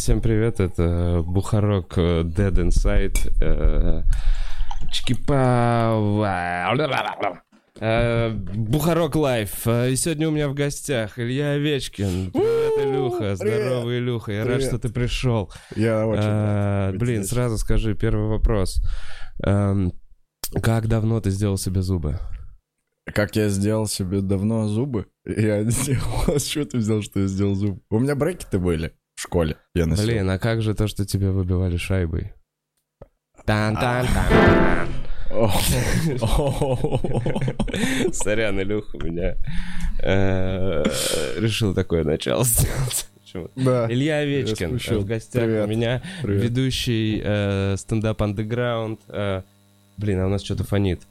Всем привет, это Бухарок Dead Inside. Бухарок Лайф. И сегодня у меня в гостях Илья Овечкин. Привет, Илюха. Здорово, Илюха. Я рад, что ты пришел. Я очень рад. Блин, сразу скажи, первый вопрос. Как давно ты сделал себе зубы? Как я сделал себе давно зубы? Я сделал... С чего ты взял, что я сделал зубы? У меня брекеты были в школе. Я носил. Блин, а как же то, что тебя выбивали шайбой? Тан-тан-тан. Сорян, Илюха, у меня решил такое начало сделать. Да. Илья Овечкин в гостях. Привет. У меня ведущий стендап андеграунд. Блин, а у нас что-то фонит.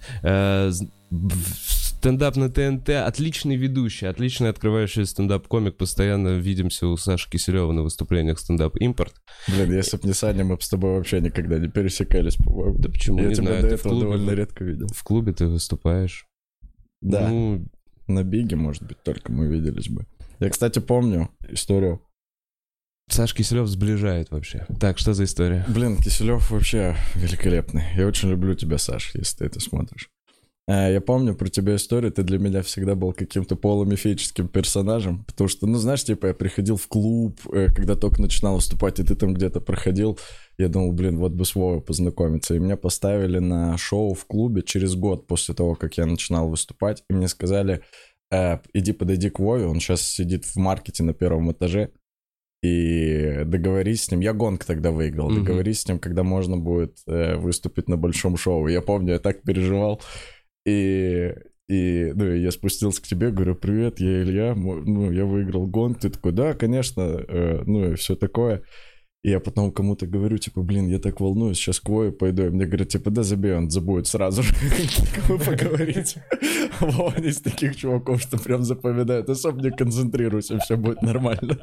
Стендап на ТНТ. Отличный ведущий, отличный открывающий стендап-комик. Постоянно видимся у Саши Киселева на выступлениях стендап-импорт. Блин, если б не Саня, мы бы с тобой вообще никогда не пересекались, по-моему. Да почему? Я не тебя знаю, до этого довольно редко видел. В клубе ты выступаешь. Да. На Биге, может быть, только мы виделись бы. Я, кстати, помню историю. Саш Киселев сближает вообще. Так, что за история? Блин, Киселев вообще великолепный. Я очень люблю тебя, Саш, если ты это смотришь. Я помню про тебя историю, ты для меня всегда был каким-то полумифическим персонажем, потому что, ну, знаешь, типа, я приходил в клуб, когда только начинал выступать, и ты там где-то проходил, я думал, блин, вот бы с Вовой познакомиться, и меня поставили на шоу в клубе через год после того, как я начинал выступать, и мне сказали, иди подойди к Вове, он сейчас сидит в маркете на первом этаже, и договорись с ним, я гонг тогда выиграл, договорись с ним, когда можно будет выступить на большом шоу, я помню, я так переживал. И я спустился к тебе, говорю, привет, я Илья, я выиграл гонг, ты такой, да, конечно, и все такое. И я потом кому-то говорю, типа, блин, я так волнуюсь, сейчас к Вове пойду, и мне говорят, типа, да, забей, он забудет сразу же поговорить. Вова из таких чуваков, что прям запоминает, особо не концентрируйся, все будет нормально.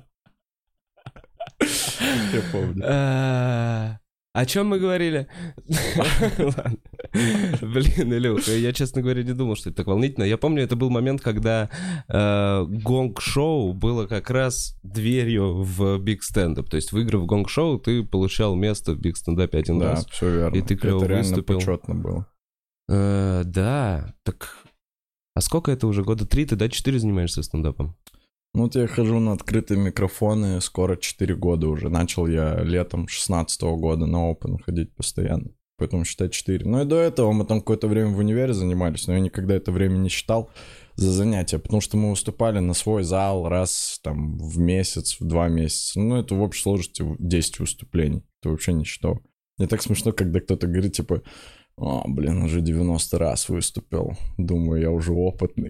Я помню. О чем мы говорили? Ладно. Блин, Илюха, я, честно говоря, не думал, что это так волнительно. Я помню, это был момент, когда гонг-шоу было как раз дверью в Big Stand-up. То есть, выиграв гонг-шоу, ты получал место в Big Stand-up один раз. Да, все верно. И ты клево это выступил. Это реально почетно было. Да, так... А сколько это уже? Года 3 ты, да, 4 занимаешься стендапом? Ну, вот я хожу на открытые микрофоны скоро 4 года уже. Начал я летом 16-го года на Open ходить постоянно. Поэтому считай 4. Ну и до этого мы там какое-то время в универе занимались, но я никогда это время не считал за занятия, потому что мы выступали на свой зал раз там в месяц, в 2 месяца. Ну, это в общей сложности 10 выступлений. Это вообще не считал. Мне так смешно, когда кто-то говорит, типа... блин, уже 90 раз выступил. Думаю, я уже опытный.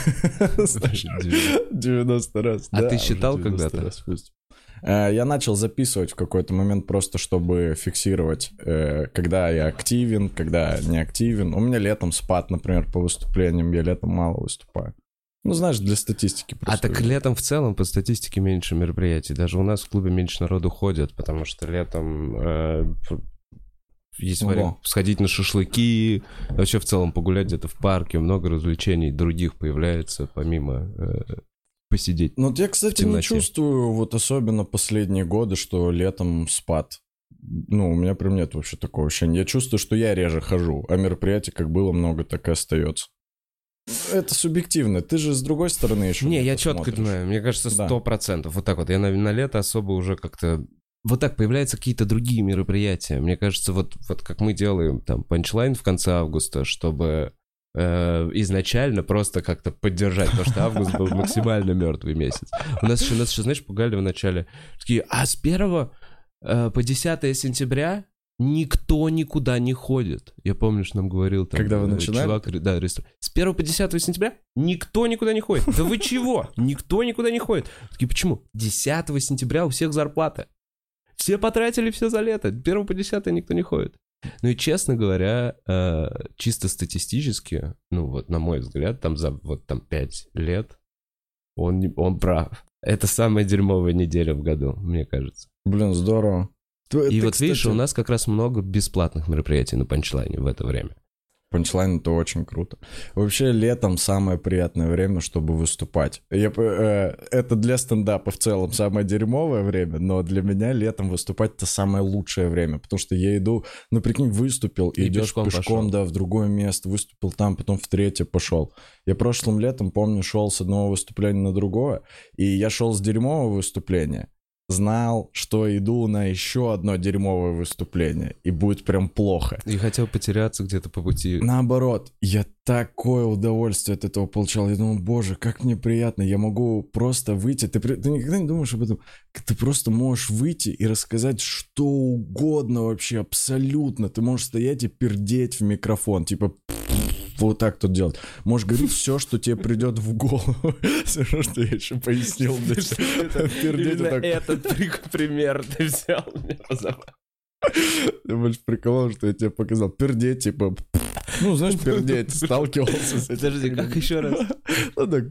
90 раз. А ты считал когда-то? Я начал записывать в какой-то момент просто, чтобы фиксировать, когда я активен, когда не активен. У меня летом спад, например, по выступлениям. Я летом мало выступаю. Ну, знаешь, для статистики просто. А так летом в целом по статистике меньше мероприятий. Даже у нас в клубе меньше народу ходит, потому что летом... Есть вариант сходить на шашлыки, вообще в целом погулять где-то в парке, много развлечений других появляется, помимо посидеть. Ну, вот я, кстати, не чувствую, вот особенно последние годы, что летом спад. Ну, у меня прям нет вообще такого ощущения. Я чувствую, что я реже хожу, а мероприятий как было много, так и остается. Это субъективно. Ты же с другой стороны еще... Не, я четко знаю. Мне кажется, 100%. Да. Вот так вот. Я на лето особо уже как-то... Вот так появляются какие-то другие мероприятия. Мне кажется, вот как мы делаем там панчлайн в конце августа, чтобы изначально просто как-то поддержать, потому что август был максимально мертвый месяц. У нас еще, знаешь, пугали в начале. Такие, а с 1 по 10 сентября никто никуда не ходит. Я помню, что нам говорил там... Когда вы начинали? Чувак, да, с 1 по 10 сентября никто никуда не ходит. Да вы чего? Никто никуда не ходит. Такие, почему? 10 сентября у всех зарплата. Все потратили все за лето. 1 по 10 никто не ходит. Ну и, честно говоря, чисто статистически, ну вот на мой взгляд, там за вот там 5 лет он прав. Это самая дерьмовая неделя в году, мне кажется. Блин, здорово. И вот, кстати... видишь, у нас как раз много бесплатных мероприятий на панчлайне в это время. Панчлайн — это очень круто. Вообще, летом самое приятное время, чтобы выступать. Это для стендапа в целом самое дерьмовое время, но для меня летом выступать — это самое лучшее время, потому что я иду, ну, прикинь, выступил, и идешь пешком, да, в другое место, выступил там, потом в третье пошел. Я прошлым летом, помню, шел с одного выступления на другое, и я шел с дерьмового выступления, знал, что иду на еще одно дерьмовое выступление, и будет прям плохо. И хотел потеряться где-то по пути. Наоборот, я такое удовольствие от этого получал. Я думал, боже, как мне приятно, я могу просто выйти. Ты никогда не думаешь об этом? Ты просто можешь выйти и рассказать что угодно вообще, абсолютно. Ты можешь стоять и пердеть в микрофон, типа... Вот так тут делать. Можешь говорить все, что тебе придет в голову. Все, что я еще пояснил. Именно этот пример ты взял. Ты больше приколол, что я тебе показал. Пердеть, типа... Ну, знаешь, пердеть, сталкивался с этим. Подожди, как еще раз? Ну, так.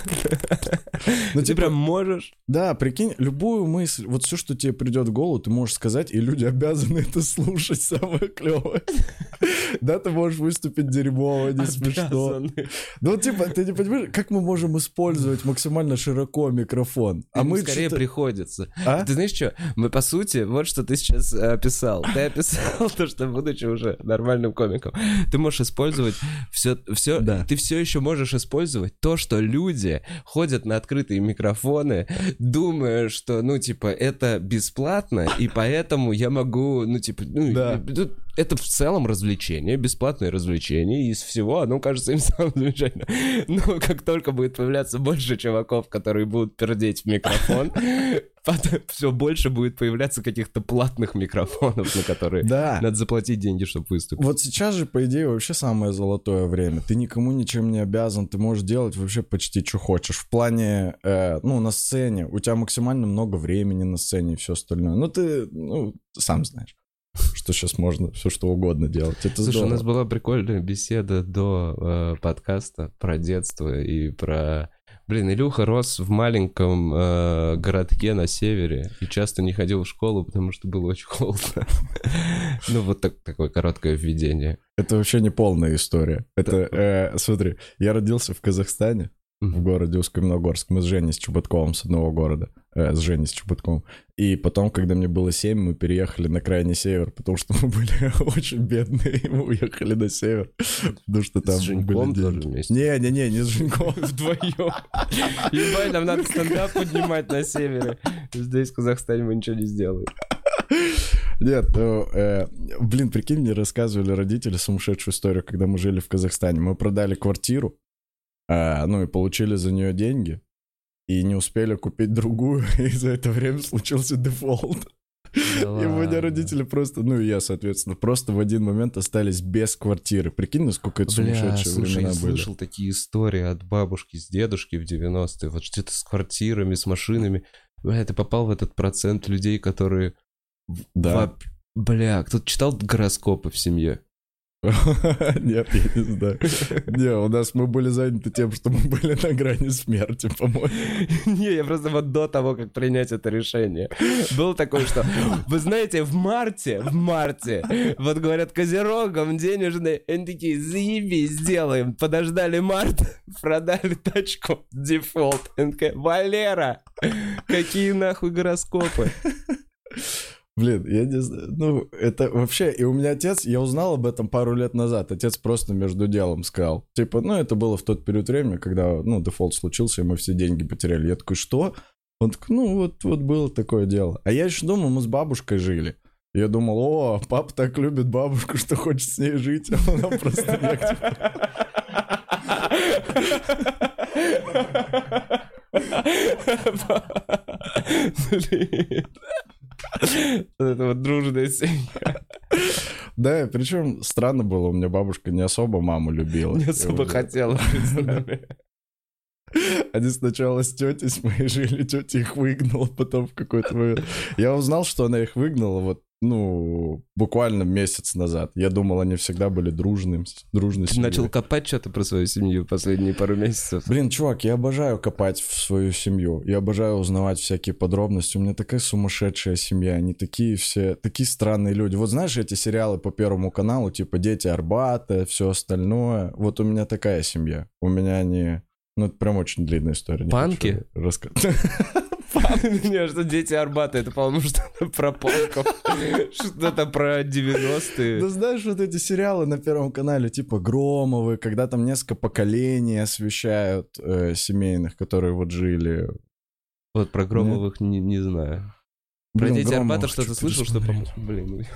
Ну, ты прям можешь? Да, прикинь, любую мысль, вот все, что тебе придет в голову, ты можешь сказать, и люди обязаны это слушать, самое клевое. Да, ты можешь выступить дерьмово, не смешно. Ну, типа, ты не понимаешь, как мы можем использовать максимально широко микрофон? А мы скорее приходится. Ты знаешь что? Мы, по сути, вот что ты сейчас описал. Ты описал то, что, будучи уже нормальным комиком, ты можешь использовать все, да. Ты все еще можешь использовать то, что люди ходят на открытые микрофоны, думая, что, ну, типа, это бесплатно, и поэтому я могу, ну, типа, ну, да. Это в целом развлечение, бесплатное развлечение, и из всего оно кажется им самым замечательным. Но как только будет появляться больше чуваков, которые будут пердеть в микрофон, потом все больше будет появляться каких-то платных микрофонов, на которые надо заплатить деньги, чтобы выступить. Вот сейчас же, по идее, вообще самое золотое время. Ты никому ничем не обязан, ты можешь делать вообще почти что хочешь. В плане, ну, на сцене, у тебя максимально много времени на сцене и все остальное. Ну, ты, сам знаешь, что сейчас можно все что угодно делать. Это Слушай, здорово. У нас была прикольная беседа до подкаста про детство и про... Блин, Илюха рос в маленьком городке на севере и часто не ходил в школу, потому что было очень холодно. Ну, вот такое короткое введение. Это вообще не полная история. Это, смотри, я родился в Казахстане, в городе Усть-Каменогорск. Мы с Женей с Чеботковым с одного города. С Женей с Чеботковым. И потом, когда мне было 7, мы переехали на крайний север, потому что мы были очень бедные, и мы уехали на север. Потому что там с Женьком тоже вместе? Не с Женьком. Вдвоем. Ебать, нам надо стендап поднимать на севере. Здесь, в Казахстане, мы ничего не сделаем. Нет, блин, прикинь, мне рассказывали родители сумасшедшую историю, когда мы жили в Казахстане. Мы продали квартиру, ну и получили за нее деньги, и не успели купить другую, и за это время случился дефолт. Да и у меня родители просто, ну и я, соответственно, просто в один момент остались без квартиры. Прикинь, насколько это сумасшедшие времена были. Я слышал такие истории от бабушки с дедушки в 90-е, вот что-то с квартирами, с машинами. Бля, ты попал в этот процент людей, которые... Да. Бля, кто-то читал гороскопы в семье? Нет, я не знаю. Не, у нас мы были заняты тем, что мы были на грани смерти, по-моему. Не, я просто вот до того, как принять это решение, было такое, что, вы знаете, в марте, вот говорят, козерогам денежные, они такие, заебись, сделаем. Подождали март, продали тачку, дефолт. Валера, какие нахуй гороскопы? Блин, я не знаю, ну, это вообще, и у меня отец, я узнал об этом пару лет назад, отец просто между делом сказал, типа, ну, это было в тот период времени, когда, ну, дефолт случился, и мы все деньги потеряли. Я такой, что? Он такой, ну, вот было такое дело. А я еще думал, мы с бабушкой жили. Я думал, о, папа так любит бабушку, что хочет с ней жить, а она просто Блин. Это вот дружная семья. Да, причем странно было, у меня бабушка не особо маму любила. Не особо хотела. Они сначала с тетей с моей жили, тетя их выгнала, потом в какой-то момент. Я узнал, что она их выгнала вот буквально месяц назад. Я думал, они всегда были дружной Ты семьей. начал копать что-то про свою семью последние пару месяцев. Блин, чувак, я обожаю копать в свою семью. Я обожаю узнавать всякие подробности. У меня такая сумасшедшая семья. Они такие все, такие странные люди. Вот знаешь, эти сериалы по Первому каналу, типа «Дети Арбата», все остальное. Вот у меня такая семья. У меня они... это прям очень длинная история. Панки? Не, что «Дети Арбата», это, по-моему, что-то про панков, что-то про 90-е. Да знаешь, вот эти сериалы на Первом канале, типа Громовы, когда там несколько поколений освещают семейных, которые вот жили. Вот про Громовых не знаю. Про «Дети Арбата» что-то слышал, что, по-моему... Блин,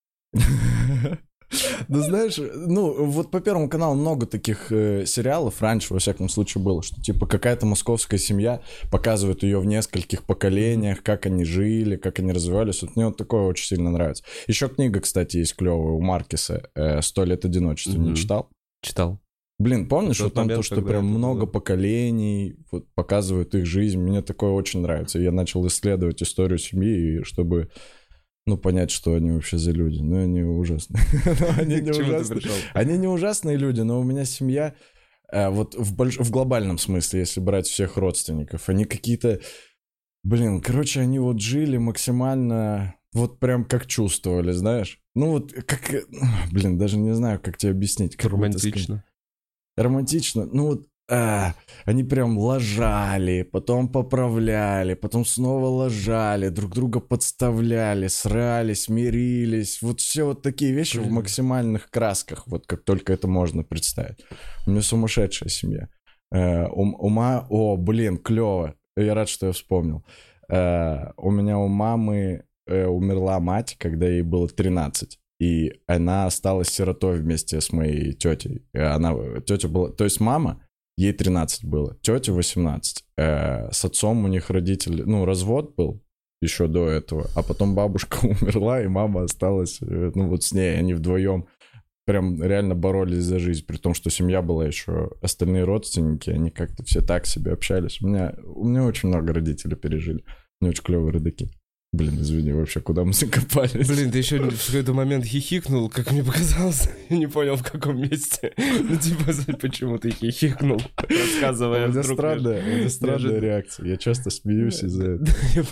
Ну, знаешь, вот по Первому каналу много таких сериалов раньше, во всяком случае, было, что, типа, какая-то московская семья показывает ее в нескольких поколениях, как они жили, как они развивались. Вот мне вот такое очень сильно нравится. Еще книга, кстати, есть клевая у Маркеса «100 лет одиночества». Не читал? Читал. Блин, помнишь, вот там то, что прям много поколений, вот, показывают их жизнь. Мне такое очень нравится. Я начал исследовать историю семьи, чтобы... понять, что они вообще за люди. Они ужасные. Они не ужасные люди, но у меня семья, вот в глобальном смысле, если брать всех родственников, они какие-то... они вот жили максимально... Вот прям как чувствовали, знаешь? Даже не знаю, как тебе объяснить. Романтично. Романтично. Они прям ложали, потом поправляли, потом снова ложали, друг друга подставляли, срались, мирились. Вот все вот такие вещи в максимальных красках, вот как только это можно представить. У меня сумасшедшая семья. Клево. Я рад, что я вспомнил. У меня у мамы умерла мать, когда ей было 13. И она осталась сиротой вместе с моей тетей. Тетя была... То есть мама... Ей 13 было, тете 18. С отцом у них родители... развод был еще до этого. А потом бабушка умерла, и мама осталась... с ней. Они вдвоем прям реально боролись за жизнь. При том, что семья была еще... Остальные родственники, они как-то все так себе общались. У меня очень много родителей пережили. У меня очень клевые родаки. Блин, извини, вообще, куда мы закопались? Блин, ты еще в какой-то момент хихикнул, как мне показалось. Я не понял, в каком месте. Почему ты хихикнул, рассказывая. У меня странная реакция. Я часто смеюсь из-за этого.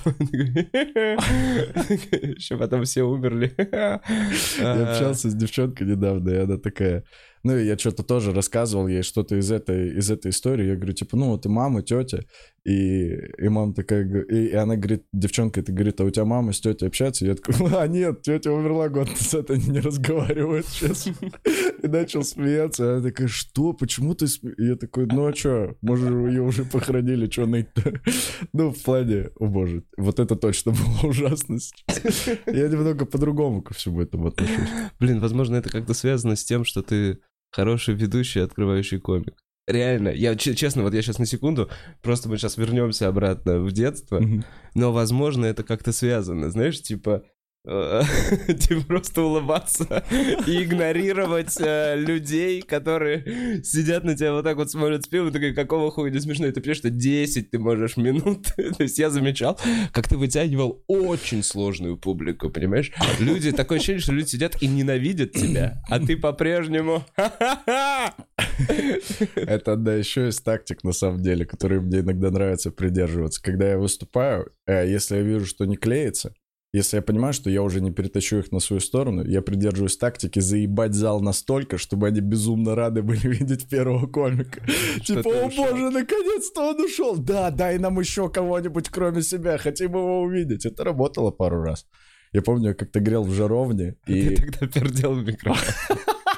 Еще потом все умерли. Я общался с девчонкой недавно, и она такая... я что-то тоже рассказывал ей что-то из этой истории. Я говорю, ты мама, тетя. И мама такая... И она говорит, девчонка это говорит, а у тебя мама с тетей общается? Я такой, нет, тетя умерла год назад, они не разговаривают сейчас. И начал смеяться. Она такая, что? Почему ты смеешься? Я такой, а что? Может, ее уже похоронили, что ныть-то? В плане, о боже, вот это точно было ужасно сейчас. Я немного по-другому ко всему этому отношусь. Блин, возможно, это как-то связано с тем, что ты хороший ведущий, открывающий комик. Реально, я честно, вот я сейчас на секунду, просто мы сейчас вернемся обратно в детство, но, возможно, это как-то связано, знаешь, типа просто улыбаться и игнорировать людей, которые сидят на тебя вот так вот смотрят с пивом, и такой, какого хуя не смешно, и ты понимаешь, что 10 ты можешь минут, то есть я замечал, как ты вытягивал очень сложную публику, понимаешь? Люди, такое ощущение, что люди сидят и ненавидят тебя, а ты по-прежнему Это одна еще из тактик, на самом деле, которые мне иногда нравится придерживаться. Когда я выступаю, если я вижу, что не клеится, если я понимаю, что я уже не перетащу их на свою сторону, я придерживаюсь тактики заебать зал настолько, чтобы они безумно рады были видеть первого комика. Типа, о боже, наконец-то он ушел. Да, дай нам еще кого-нибудь, кроме себя, хотим его увидеть. Это работало пару раз. Я помню, я как-то грел в жаровне. И ты тогда пердел в микрофон.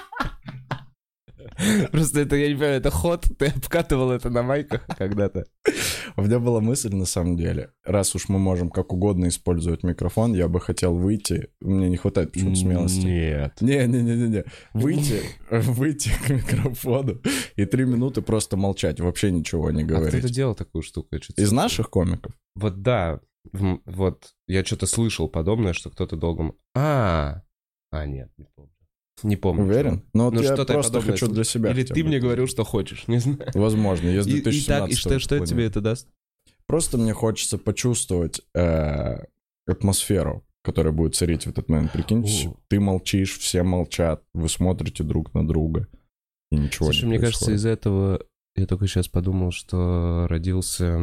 Просто это, я не понимаю, это ход, ты обкатывал это на майках когда-то. У меня была мысль, на самом деле, раз уж мы можем как угодно использовать микрофон, я бы хотел выйти, мне не хватает почему-то смелости. Нет. Не. Выйти к микрофону и 3 минуты просто молчать, вообще ничего не говорить. А кто-то делал такую штуку? Из наших комиков? Вот да, вот я что-то слышал подобное, что кто-то долго... Нет, не помню. Не помню. Уверен? Но вот я просто хочу для себя. Или ты мне говорил, что хочешь, не знаю. Возможно, я с 2017 И что тебе это даст? Просто мне хочется почувствовать атмосферу, которая будет царить в этот момент. Прикинь, ты молчишь, все молчат, вы смотрите друг на друга, и ничего Слушай, не мне происходит. кажется, из-за этого я только сейчас подумал, что родился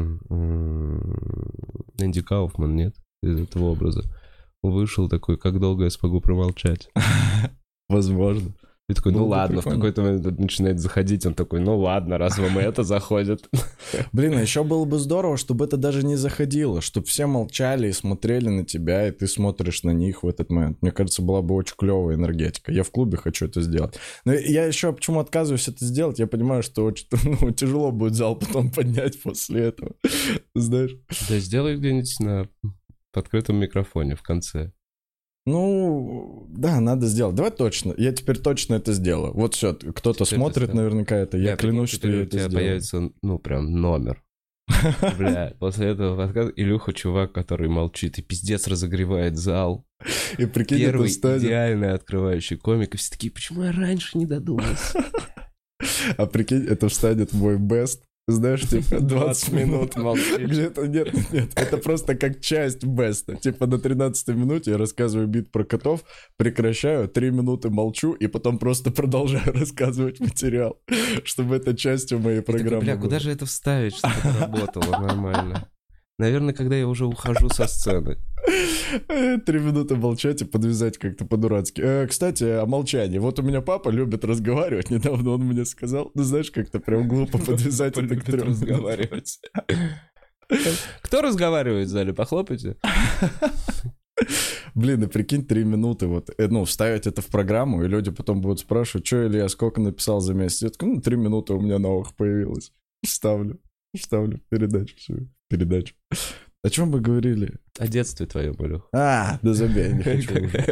Энди Кауфман, нет? Из этого образа. Он вышел такой, как долго я смогу промолчать. Возможно. И такой, ну ладно, прикольно. в какой-то момент он начинает заходить, он такой, ну ладно, раз вам это заходит. Блин, а еще было бы здорово, чтобы это даже не заходило, чтобы все молчали и смотрели на тебя, и ты смотришь на них в этот момент. Мне кажется, была бы очень клевая энергетика. Я в клубе хочу это сделать. Но я еще почему отказываюсь это сделать, я понимаю, что очень тяжело будет зал потом поднять после этого. Знаешь? Да сделай где-нибудь на открытом микрофоне в конце. Ну, да, надо сделать. Давай точно. Я теперь точно это сделаю. Вот все, кто-то Теперь смотрит ты наверняка это. Я клянусь, что я у это тебя сделаю. появится, ну, прям номер. Бля, после этого подкаста Илюха чувак, который молчит и пиздец разогревает зал. И прикинь, Первый это станет... идеальный открывающий комик. И все такие, почему я раньше не додумался? А прикинь, это встанет мой best. Знаешь, типа 20 минут молчишь. Где-то нет, это просто как часть беста. Типа на 13-й минуте я рассказываю бит про котов, прекращаю, 3 минуты молчу, и потом просто продолжаю рассказывать материал, чтобы это частью моей программы Бля, было. куда же это вставить, чтобы это работало нормально? Наверное, когда я уже ухожу со сцены. 3 минуты молчать и подвязать как-то по-дурацки. Кстати, о молчании. Вот у меня папа любит разговаривать. Недавно он мне сказал, ну знаешь, как-то прям глупо подвязать это к 3 разговаривать. Кто разговаривает в зале? Похлопайте. Блин, и прикинь, 3 минуты вот, вставить это в программу, и люди потом будут спрашивать, что, Илья, сколько написал за месяц? Я такой, 3 минуты у меня новых появилось. Вставлю в передачу. О чем мы говорили? О детстве твоем, Илюх. Да забей, не хочу уже.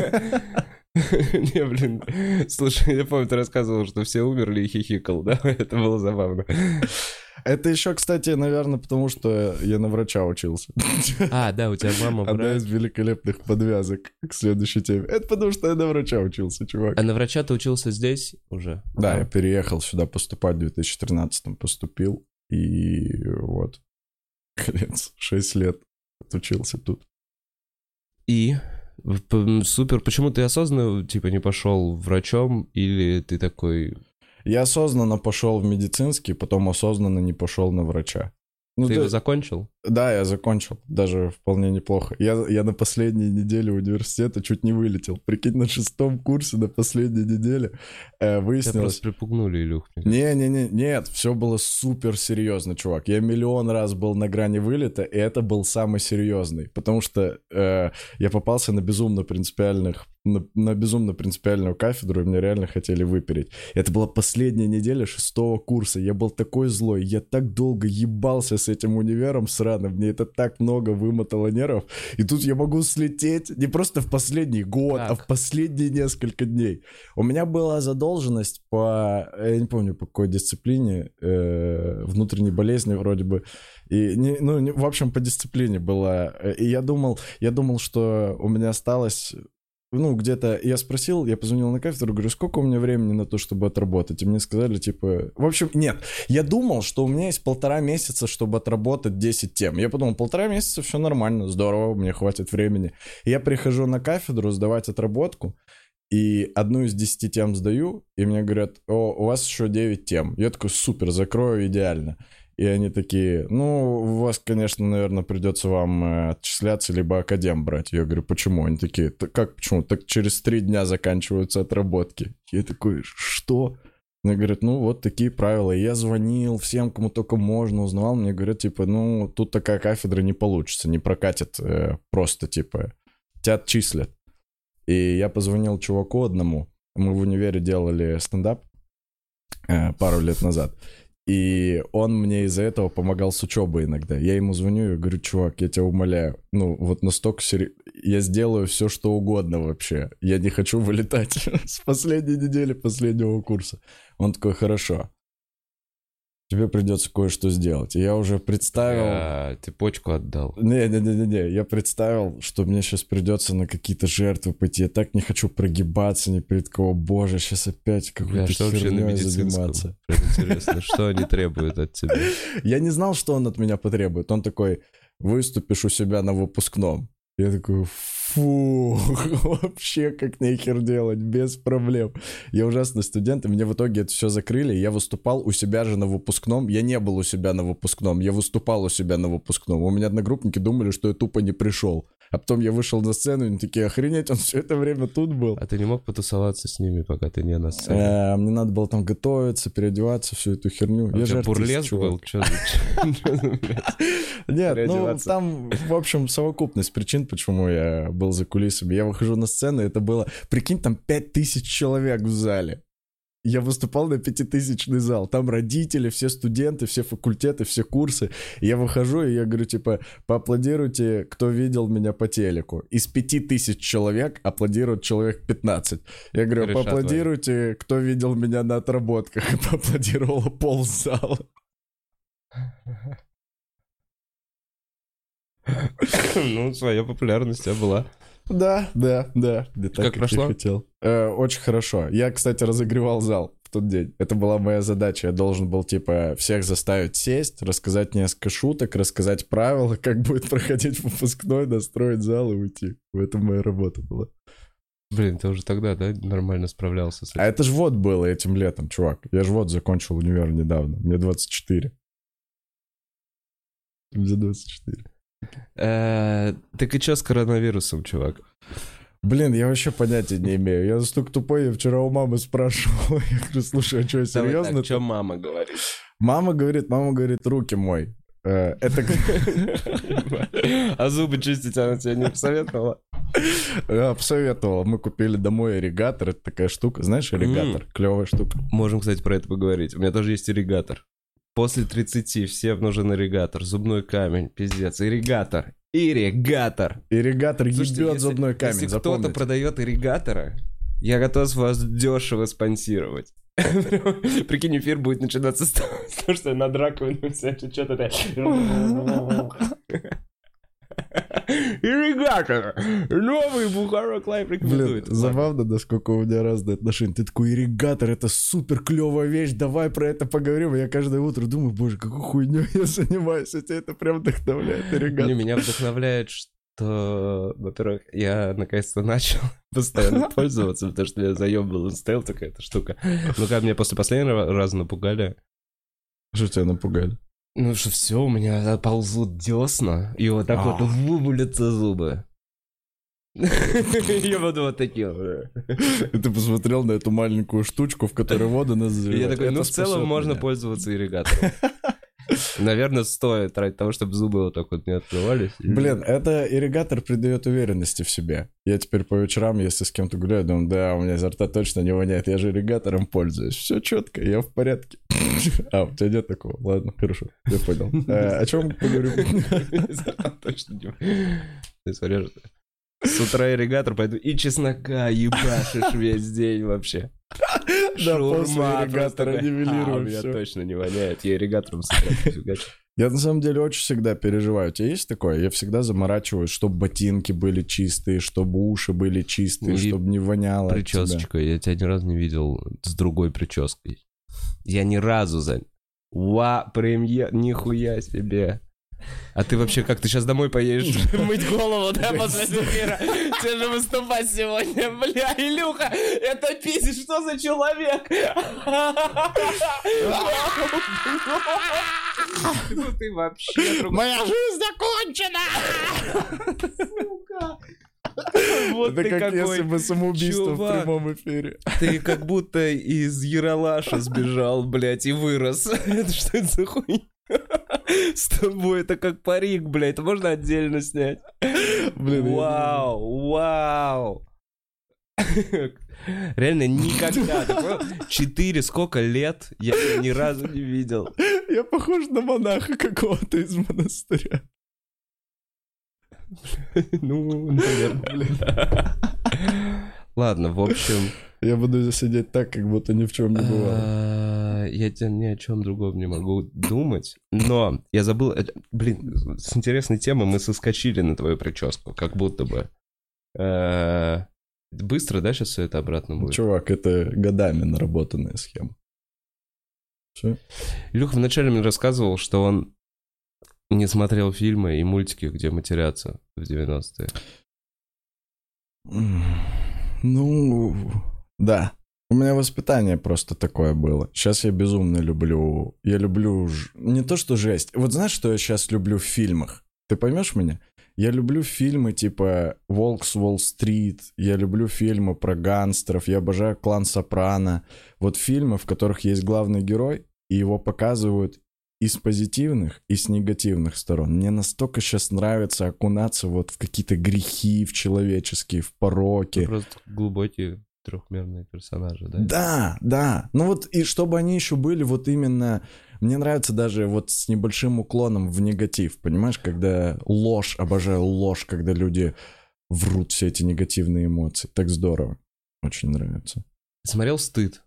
Не, блин, слушай, я помню, ты рассказывал, что все умерли и хихикал, да? Это было забавно. Это еще, кстати, наверное, потому что я на врача учился. А, да, у тебя мама врач. Одна из великолепных подвязок к следующей теме. Это потому что я на врача учился, чувак. А на врача ты учился здесь уже? Да, я переехал сюда поступать в 2013-м, поступил, и вот, конец, 6 лет отучился тут. И? Супер. Почему ты осознанно, типа, не пошел врачом, или ты такой... Я осознанно пошел в медицинский, потом осознанно не пошел на врача. Ты его закончил? Да, я закончил, даже вполне неплохо. Я на последней неделе университета чуть не вылетел. Прикинь, на 6-м курсе на последней неделе выяснилось... Тебя просто припугнули, Илюх. Нет, все было супер серьезно, чувак. Я миллион раз был на грани вылета, и это был самый серьезный. Потому что я попался на безумно принципиальную кафедру, и меня реально хотели выпереть. Это была последняя неделя 6-го курса. Я был такой злой, я так долго ебался с этим универом сраным, мне это так много вымотало нервов. И тут я могу слететь не просто в последний год, а в последние несколько дней. У меня была задолженность по, я не помню, по какой дисциплине, внутренней болезни вроде бы. И, в общем, по дисциплине была. И я думал, что у меня осталось... где-то я спросил, я позвонил на кафедру, говорю, сколько у меня времени на то, чтобы отработать? И мне сказали, типа... В общем, нет. Я думал, что у меня есть 1,5 месяца, чтобы отработать 10 тем. Я подумал, 1,5 месяца, все нормально, здорово, мне хватит времени. И я прихожу на кафедру сдавать отработку, и одну из 10 тем сдаю, и мне говорят, у вас еще 9 тем. Я такой, супер, закрою идеально. И они такие, у вас, конечно, наверное, придется вам отчисляться, либо академ брать. Я говорю, почему? Они такие, как почему? Так через 3 дня заканчиваются отработки. Я такой, что? Мне говорят, вот такие правила. И я звонил всем, кому только можно, узнавал. Мне говорят, типа, тут такая кафедра не получится, не прокатит просто, типа, тебя отчислят. И я позвонил чуваку одному. Мы в универе делали стендап пару лет назад. И он мне из-за этого помогал с учебой иногда. Я ему звоню и говорю, чувак, я тебя умоляю, настолько серьезно, я сделаю все, что угодно вообще. Я не хочу вылетать с последней недели последнего курса. Он такой, хорошо, тебе придется кое-что сделать. И я уже представил... Ты почку отдал. Не, я представил, что мне сейчас придется на какие-то жертвы пойти. Я так не хочу прогибаться ни перед кого. Боже, сейчас опять какой-то херней заниматься. Интересно, что они требуют от тебя? Я не знал, что он от меня потребует. Он такой, выступишь у себя на выпускном. Я такой, фу, вообще как нехер делать, без проблем. Я ужасный студент, и мне в итоге это все закрыли. Я выступал у себя же на выпускном. Я не был у себя на выпускном, я выступал у себя на выпускном. У меня одногруппники думали, что я тупо не пришел. А потом я вышел на сцену, и они такие, охренеть, он все это время тут был. А ты не мог потусоваться с ними, пока ты не на сцене? Мне надо было там готовиться, переодеваться, всю эту херню. А Я же бурлеск был? Нет, ну там, в общем, совокупность причин, почему я был за кулисами. Я выхожу на сцену, и это было, прикинь, там 5000 человек в зале. Я выступал на 5000-ный зал. Там родители, все студенты, все факультеты, все курсы. И я выхожу, и я говорю, типа, поаплодируйте, кто видел меня по телеку. Из 5000 человек аплодирует человек 15. Я говорю, поаплодируйте, кто видел меня на отработках. И поаплодировало ползала. Ну, своя популярность у тебя была. Да. Не так, как прошло? Я хотел. Очень хорошо. Я, кстати, разогревал зал в тот день. Это была моя задача. Я должен был, типа, всех заставить сесть, рассказать несколько шуток, рассказать правила, как будет проходить выпускной, настроить зал и уйти. В этом моя работа была. Блин, ты уже тогда, да, нормально справлялся с этим? А это ж вот было этим летом, чувак. Я ж вот закончил универ недавно. Мне 24. Мне 24. Так и чё с коронавирусом, чувак? Блин, я вообще понятия не имею. Я настолько тупой, я вчера у мамы спрашивал. Я говорю, слушай, а что, серьезно? Что мама говорит? Мама говорит, руки мой. Это... А зубы чистить она тебе не посоветовала? Посоветовала. Мы купили домой ирригатор. Это такая штука. Знаешь, ирригатор? Клевая штука. Можем, кстати, про это поговорить. У меня тоже есть ирригатор. После 30 всем нужен ирригатор, зубной камень, пиздец, ирригатор. Ирригатор ебет зубной камень, если кто-то продает ирригатора, я готов вас дешево спонсировать. Прикинь, эфир будет начинаться с того, что я над раковиной что-то... Ирригатор! Новый Бухарок Лайф рекомендует. Блин, забавно, насколько у меня разные отношения. Ты такой, ирригатор, это супер клевая вещь, давай про это поговорим. И я каждое утро думаю, боже, какой хуйней я занимаюсь, а тебя это прям вдохновляет, ирригатор. Меня вдохновляет, что, во-первых, я наконец-то начал постоянно пользоваться, потому что меня заебал инстейл такая эта штука. Ну, как меня после последнего раза напугали. Что тебя напугали? Ну, что все, у меня ползут десна, и вот так вот вывалятся зубы. Я буду вот таким. И ты посмотрел на эту маленькую штучку, в которой воду надо заливать. Я такой, ну, в целом можно пользоваться ирригатором. Наверное, стоит ради того, чтобы зубы вот так вот не открывались. Блин, это ирригатор придает уверенности в себе. Я теперь по вечерам, если с кем-то гуляю, думаю, да, у меня изо рта точно не воняет, я же ирригатором пользуюсь. Все четко, я в порядке. А, у тебя нет такого? Ладно, хорошо, я понял. О чем поговорим? Изо рта точно не воняет. Ты смотришь, с утра ирригатор пойду и чеснока ебашишь весь день вообще. Да, после ирригатора нивелирую. У меня точно не воняет, я ирригатором с утра фигачу. Я на самом деле очень всегда переживаю. У тебя есть такое? Я всегда заморачиваюсь, чтобы ботинки были чистые, чтобы уши были чистые, чтобы не воняло. Причесочка, я тебя ни разу не видел с другой прической. Я ни разу премьер, нихуя себе. А ты вообще как, ты сейчас домой поедешь мыть голову, да, после эфира? Тебе же выступать сегодня, бля, Илюха, это пиздец, что за человек? Ну ты вообще... Моя жизнь закончена! Сука! Вот это ты как какой, если бы самоубийство чувак, в прямом эфире. Ты как будто из Ералаша сбежал, блядь, и вырос. Это что это за хуйня? С тобой это как парик, блядь, это можно отдельно снять. Блин, вау. Реально никогда. 4 сколько лет я ни разу не видел. Я похож на монаха какого-то из монастыря. Ну, наверное, блин. Ладно, в общем... Я буду сидеть так, как будто ни в чем не бывало. Я ни о чем другом не могу думать. Но я забыл... Блин, с интересной темы мы соскочили на твою прическу, как будто бы. Быстро, да, сейчас все это обратно будет? Чувак, это годами наработанная схема. Все? Илюха вначале мне рассказывал, что он не смотрел фильмы и мультики, где матерятся в 90-е? Ну, да. У меня воспитание просто такое было. Сейчас я безумно люблю... Я люблю... Не то, что жесть. Вот знаешь, что я сейчас люблю в фильмах? Ты поймешь меня? Я люблю фильмы типа «Волк с Уолл-стрит», я люблю фильмы про гангстеров, я обожаю «Клан Сопрано». Вот фильмы, в которых есть главный герой, и его показывают и с позитивных, и с негативных сторон. Мне настолько сейчас нравится окунаться вот в какие-то грехи, в человеческие, в пороки. Это просто глубокие трехмерные персонажи, да? Да, да. Ну вот и чтобы они еще были вот именно... Мне нравится даже вот с небольшим уклоном в негатив, понимаешь? Когда ложь, обожаю ложь, когда люди врут все эти негативные эмоции. Так здорово. Очень нравится. Смотрел «Стыд»?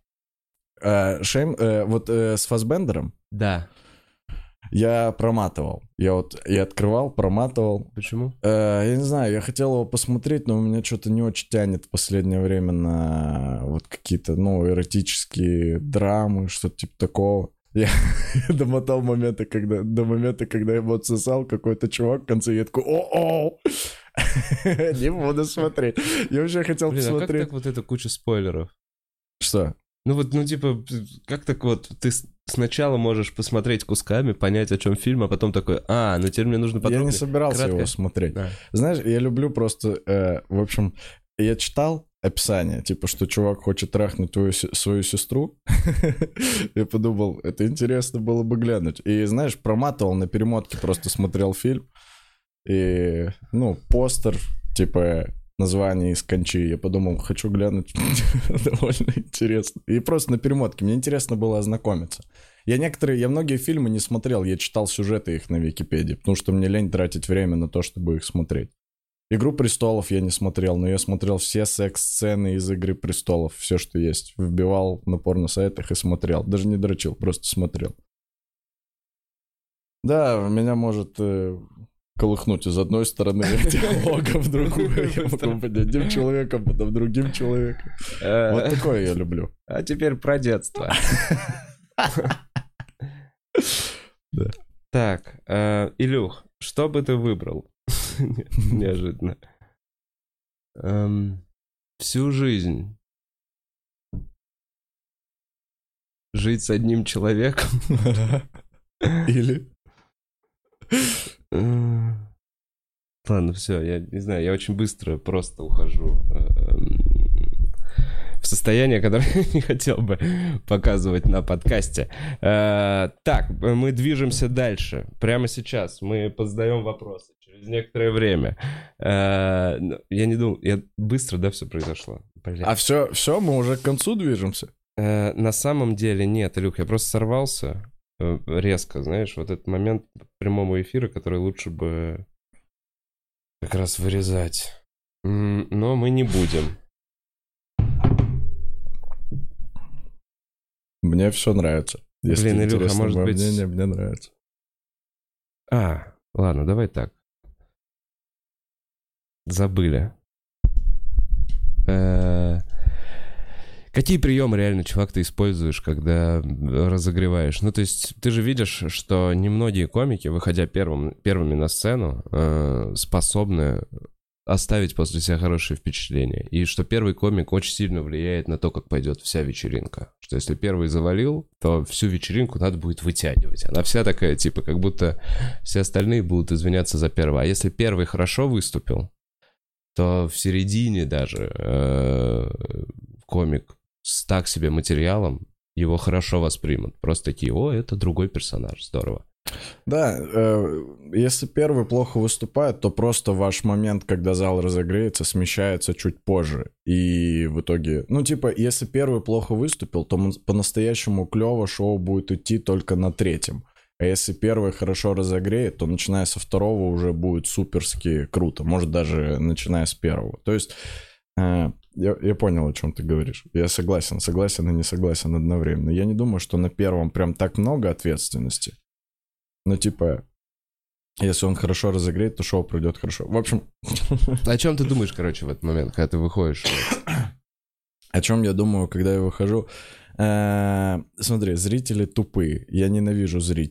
С Фассбендером? Да. Я проматывал. Я открывал, проматывал. Почему? Я не знаю, я хотел его посмотреть, но у меня что-то не очень тянет в последнее время на вот какие-то, эротические драмы, что-то типа такого. Я домотал до момента, когда я его отсосал, какой-то чувак в конце, я такой, о-о! Не буду смотреть. Я вообще хотел посмотреть. А как так вот это куча спойлеров? Что? Как так вот, ты сначала можешь посмотреть кусками, понять, о чем фильм, а потом такой, теперь мне нужно подробнее. Я не собирался его смотреть. Да. Знаешь, я люблю просто, в общем, я читал описание, типа, что чувак хочет трахнуть свою сестру. Я подумал, это интересно было бы глянуть. И, знаешь, проматывал на перемотке, просто смотрел фильм. И, постер, типа... название из Кончи. Я подумал, хочу глянуть. Довольно интересно. И просто на перемотке. Мне интересно было ознакомиться. Я многие фильмы не смотрел. Я читал сюжеты их на Википедии, потому что мне лень тратить время на то, чтобы их смотреть. «Игру престолов» я не смотрел, но я смотрел все секс-сцены из «Игры престолов». Все, что есть. Вбивал на порно-сайтах и смотрел. Даже не дрочил, просто смотрел. Да, меня может... колыхнуть из одной стороны диалога в другую. Я могу быть одним человеком, потом другим человеком. Вот такое я люблю. А теперь про детство. Так, Илюх, что бы ты выбрал? Неожиданно. Всю жизнь жить с одним человеком? Или... Ладно, все, я не знаю, я очень быстро просто ухожу в состояние, которое я не хотел бы показывать на подкасте. Так, мы движемся дальше. Прямо сейчас мы позадаем вопросы. Через некоторое время. Я не думал, быстро, да, все произошло? Блин. А все, мы уже к концу движемся? На самом деле нет, Илюх, я просто сорвался резко, знаешь, вот этот момент прямого эфира, который лучше бы как раз вырезать. Но мы не будем. Мне все нравится. Если Илюха, может быть... мнение, мне нравится. Ладно, давай так. Забыли. Какие приемы реально, чувак, ты используешь, когда разогреваешь? То есть ты же видишь, что немногие комики, выходя первыми на сцену, способны оставить после себя хорошее впечатление. И что первый комик очень сильно влияет на то, как пойдет вся вечеринка. Что если первый завалил, то всю вечеринку надо будет вытягивать. Она вся такая, типа, как будто все остальные будут извиняться за первого. А если первый хорошо выступил, то в середине даже комик с так себе материалом, его хорошо воспримут. Просто такие, это другой персонаж, здорово. Да, если первый плохо выступает, то просто ваш момент, когда зал разогреется, смещается чуть позже. И в итоге, если первый плохо выступил, то по-настоящему клево шоу будет идти только на третьем. А если первый хорошо разогреет, то начиная со второго уже будет суперски круто. Может, даже начиная с первого. То есть... Я понял, о чем ты говоришь. Я согласен и не согласен одновременно. Я не думаю, что на первом прям так много ответственности. Но если он хорошо разогреет, то шоу пройдет хорошо. В общем... О чем ты думаешь, в этот момент, когда ты выходишь? О чем я думаю, когда я выхожу? Смотри, зрители тупые. Я ненавижу зрителей.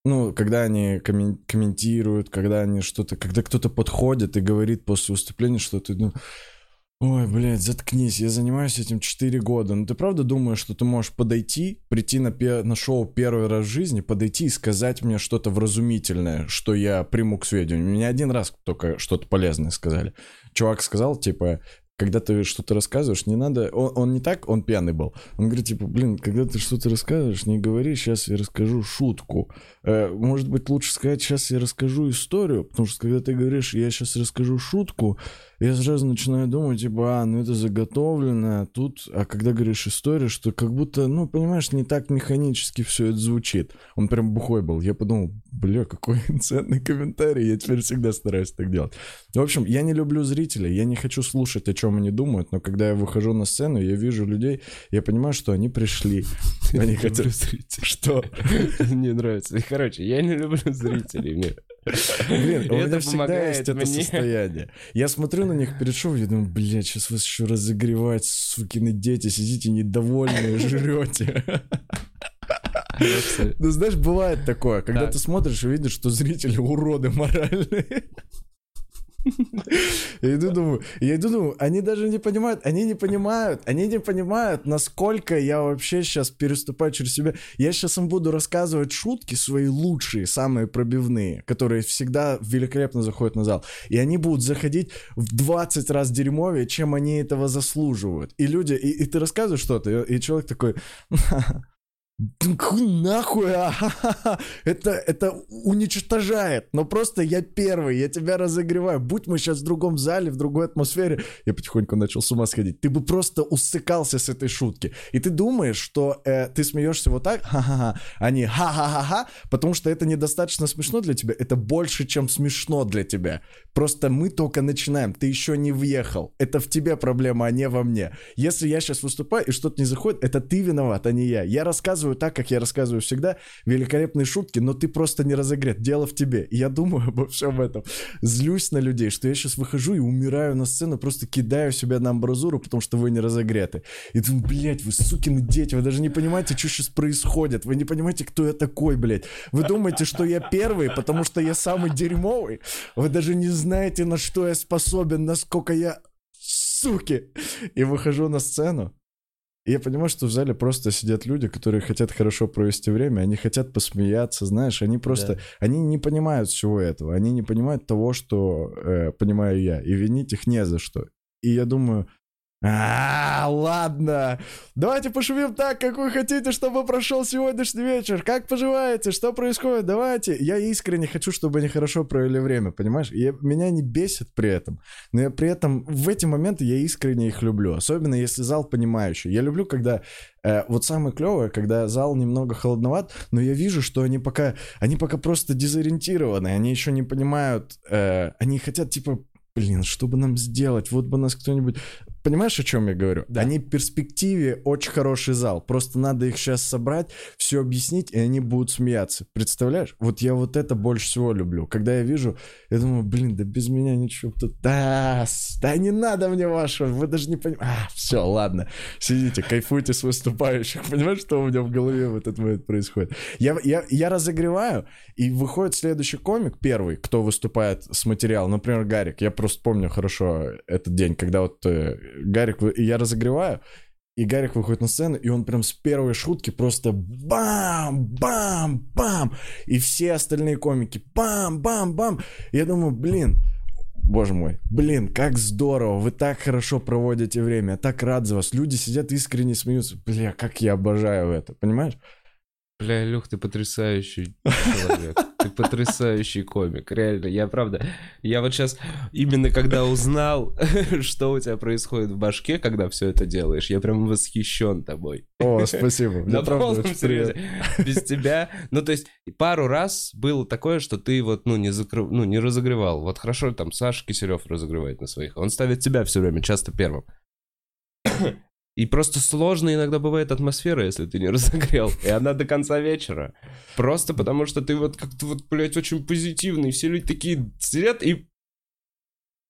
ну, когда они комментируют, когда они что-то, когда кто-то подходит и говорит после выступления что-то, ну, ой, блядь, заткнись, я занимаюсь этим 4 года. Ну, ты правда думаешь, что ты можешь подойти, прийти на шоу первый раз в жизни, подойти и сказать мне что-то вразумительное, что я приму к сведению? Мне один раз только что-то полезное сказали. Чувак сказал, типа, когда ты что-то рассказываешь, не надо... Он не так, он пьяный был. Он говорит, типа, блин, когда ты что-то рассказываешь, не говори, сейчас я расскажу шутку. Может быть, лучше сказать, сейчас я расскажу историю, потому что когда ты говоришь, я сейчас расскажу шутку, я сразу начинаю думать, типа, ну это заготовлено, а тут... А когда говоришь историю, что как будто, ну, понимаешь, не так механически все это звучит. Он прям бухой был. Я подумал, бля, какой ценный комментарий, я теперь всегда стараюсь так делать. В общем, я не люблю зрителей, я не хочу слушать, о чем они думают, но когда я выхожу на сцену, я вижу людей, я понимаю, что они пришли. Они хотят... Что? Мне нравится. Короче, я не люблю зрителей. Блин, у меня всегда есть это состояние. Я смотрю на них перед шоу, я думаю, блядь, сейчас вас еще разогревать, сукины дети, сидите недовольные, жрете. Ну, знаешь, бывает такое, когда ты смотришь и видишь, что зрители уроды моральные. Я иду думаю, они даже не понимают, они не понимают, насколько я вообще сейчас переступаю через себя. Я сейчас им буду рассказывать шутки свои лучшие, самые пробивные, которые всегда великолепно заходят на зал. И они будут заходить в 20 раз дерьмовее, чем они этого заслуживают. И люди, и ты рассказываешь что-то, и человек такой... Нахуй, это уничтожает. Но просто я первый, я тебя разогреваю. Будь мы сейчас в другом зале, в другой атмосфере, я потихоньку начал с ума сходить. Ты бы просто усыкался с этой шутки. И ты думаешь, что ты смеешься вот так, ха-ха-ха, а не ха-ха-ха-ха, потому что это недостаточно смешно для тебя. Это больше, чем смешно для тебя. Просто мы только начинаем, ты еще не въехал. Это в тебе проблема, а не во мне. Если я сейчас выступаю и что-то не заходит, это ты виноват, а не я. Я рассказываю так, как я рассказываю всегда, великолепные шутки, но ты просто не разогрет. Дело в тебе. И я думаю обо всем этом. Злюсь на людей, что я сейчас выхожу и умираю на сцену, просто кидаю себя на амбразуру, потому что вы не разогреты. И думаю, блядь, вы сукины дети, вы даже не понимаете, что сейчас происходит. Вы не понимаете, кто я такой, блядь. Вы думаете, что я первый, потому что я самый дерьмовый. Вы даже не знаете, на что я способен, насколько я... Суки! И выхожу на сцену. И я понимаю, что в зале просто сидят люди, которые хотят хорошо провести время, они хотят посмеяться, знаешь, они просто, они не понимают всего этого, они не понимают того, что понимаю я, и винить их не за что. И я думаю, ладно, давайте пошумим так, как вы хотите, чтобы прошел сегодняшний вечер. Как поживаете? Что происходит? Давайте. Я искренне хочу, чтобы они хорошо провели время, понимаешь? Меня не бесит при этом, но я при этом в эти моменты я искренне их люблю, особенно если зал понимающий. Я люблю, когда вот самое клевое, когда зал немного холодноват, но я вижу, что они пока просто дезориентированы, они еще не понимают, они хотят типа, блин, что бы нам сделать? Вот бы нас кто-нибудь... Понимаешь, о чем я говорю? Да. Они в перспективе очень хороший зал. Просто надо их сейчас собрать, все объяснить, и они будут смеяться. Представляешь? Вот я вот это больше всего люблю. Когда я вижу, я думаю, блин, да без меня ничего тут... Да не надо мне вашего, вы даже не понимаете. Все, ладно. Сидите, кайфуйте с выступающих. Понимаешь, что у меня в голове в этот момент происходит? Я разогреваю, и выходит следующий комик, первый, кто выступает с материалом, например, Гарик. Я просто помню хорошо этот день, когда вот... Гарик, и я разогреваю, и Гарик выходит на сцену, и он прям с первой шутки просто бам-бам-бам, и все остальные комики бам-бам-бам. Я думаю, блин, боже мой, блин, как здорово, вы так хорошо проводите время, я так рад за вас. Люди сидят искренне смеются. Бля, как я обожаю это, понимаешь? Бля, Илюх, ты потрясающий человек. Ты потрясающий комик, реально. Я вот сейчас, именно когда узнал, что у тебя происходит в башке, когда все это делаешь, я прям восхищен тобой. О, спасибо. На полном серьезе. Без тебя. Ну, то есть, пару раз было такое, что ты вот, не разогревал. Вот хорошо, там, Саша Киселев разогревает на своих. Он ставит тебя все время, часто первым. И просто сложно иногда бывает атмосфера, если ты не разогрел. И она до конца вечера. Просто потому что ты вот как-то вот, блядь, очень позитивный. Все люди такие сидят и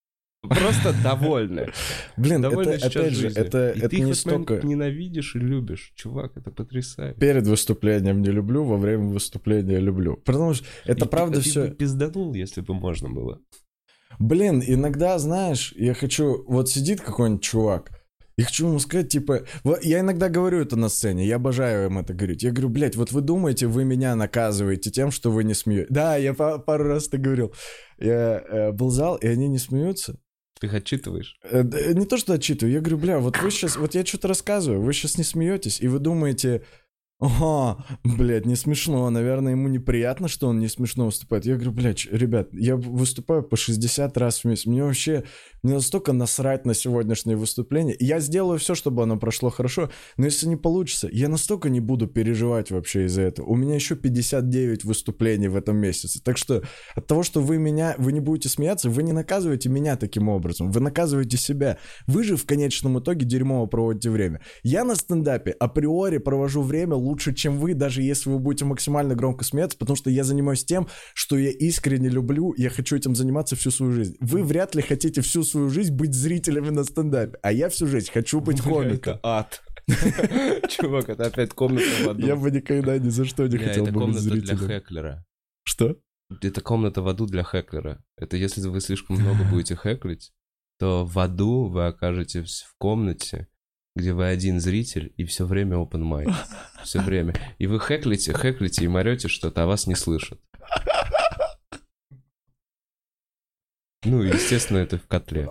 Просто довольны. Блин, довольны это, сейчас опять же, жизнью. это И ты их не в этот момент столько... ненавидишь и любишь. Чувак, это потрясающе. Перед выступлением не люблю, во время выступления люблю. Потому что это правда ты все... бы пизданул, если бы можно было. Блин, иногда, знаешь, я хочу... Вот сидит какой-нибудь чувак, я хочу ему сказать, типа... Вот я иногда говорю это на сцене, я обожаю им это говорить. Я говорю, блядь, вот вы думаете, вы меня наказываете тем, что вы не смеетесь. Да, я пару раз это говорил. Я был зал, и они не смеются. Ты их отчитываешь? Не то, что отчитываю. Я говорю, бля, вот вы сейчас... Вот я что-то рассказываю, вы сейчас не смеетесь, и вы думаете... Ага, блядь, не смешно. Наверное, ему неприятно, что он не смешно выступает. Я говорю, блядь, ребят, я выступаю по 60 раз в месяц. Мне настолько насрать на сегодняшнее выступление. Я сделаю все, чтобы оно прошло хорошо, но если не получится, я настолько не буду переживать вообще из-за этого. У меня еще 59 выступлений в этом месяце. Так что от того, что вы не будете смеяться, вы не наказываете меня таким образом. Вы наказываете себя. Вы же в конечном итоге дерьмово проводите время. Я на стендапе априори провожу время лучше, чем вы, даже если вы будете максимально громко смеяться, потому что я занимаюсь тем, что я искренне люблю, я хочу этим заниматься всю свою жизнь. Вы вряд ли хотите всю свою жизнь быть зрителями на стендапе, а я всю жизнь хочу быть комиком. Это ад. Чувак, это опять комната в аду. Я бы никогда ни за что не хотел бы быть зрителем. Это комната для хэклера. Что? Это комната в аду для хэклера. Это если вы слишком много будете хэклить, то в аду вы окажетесь в комнате, где вы один зритель, и все время open mic. Все время. И вы хэклите и морете что-то, а вас не слышат. Ну, естественно, это в котле.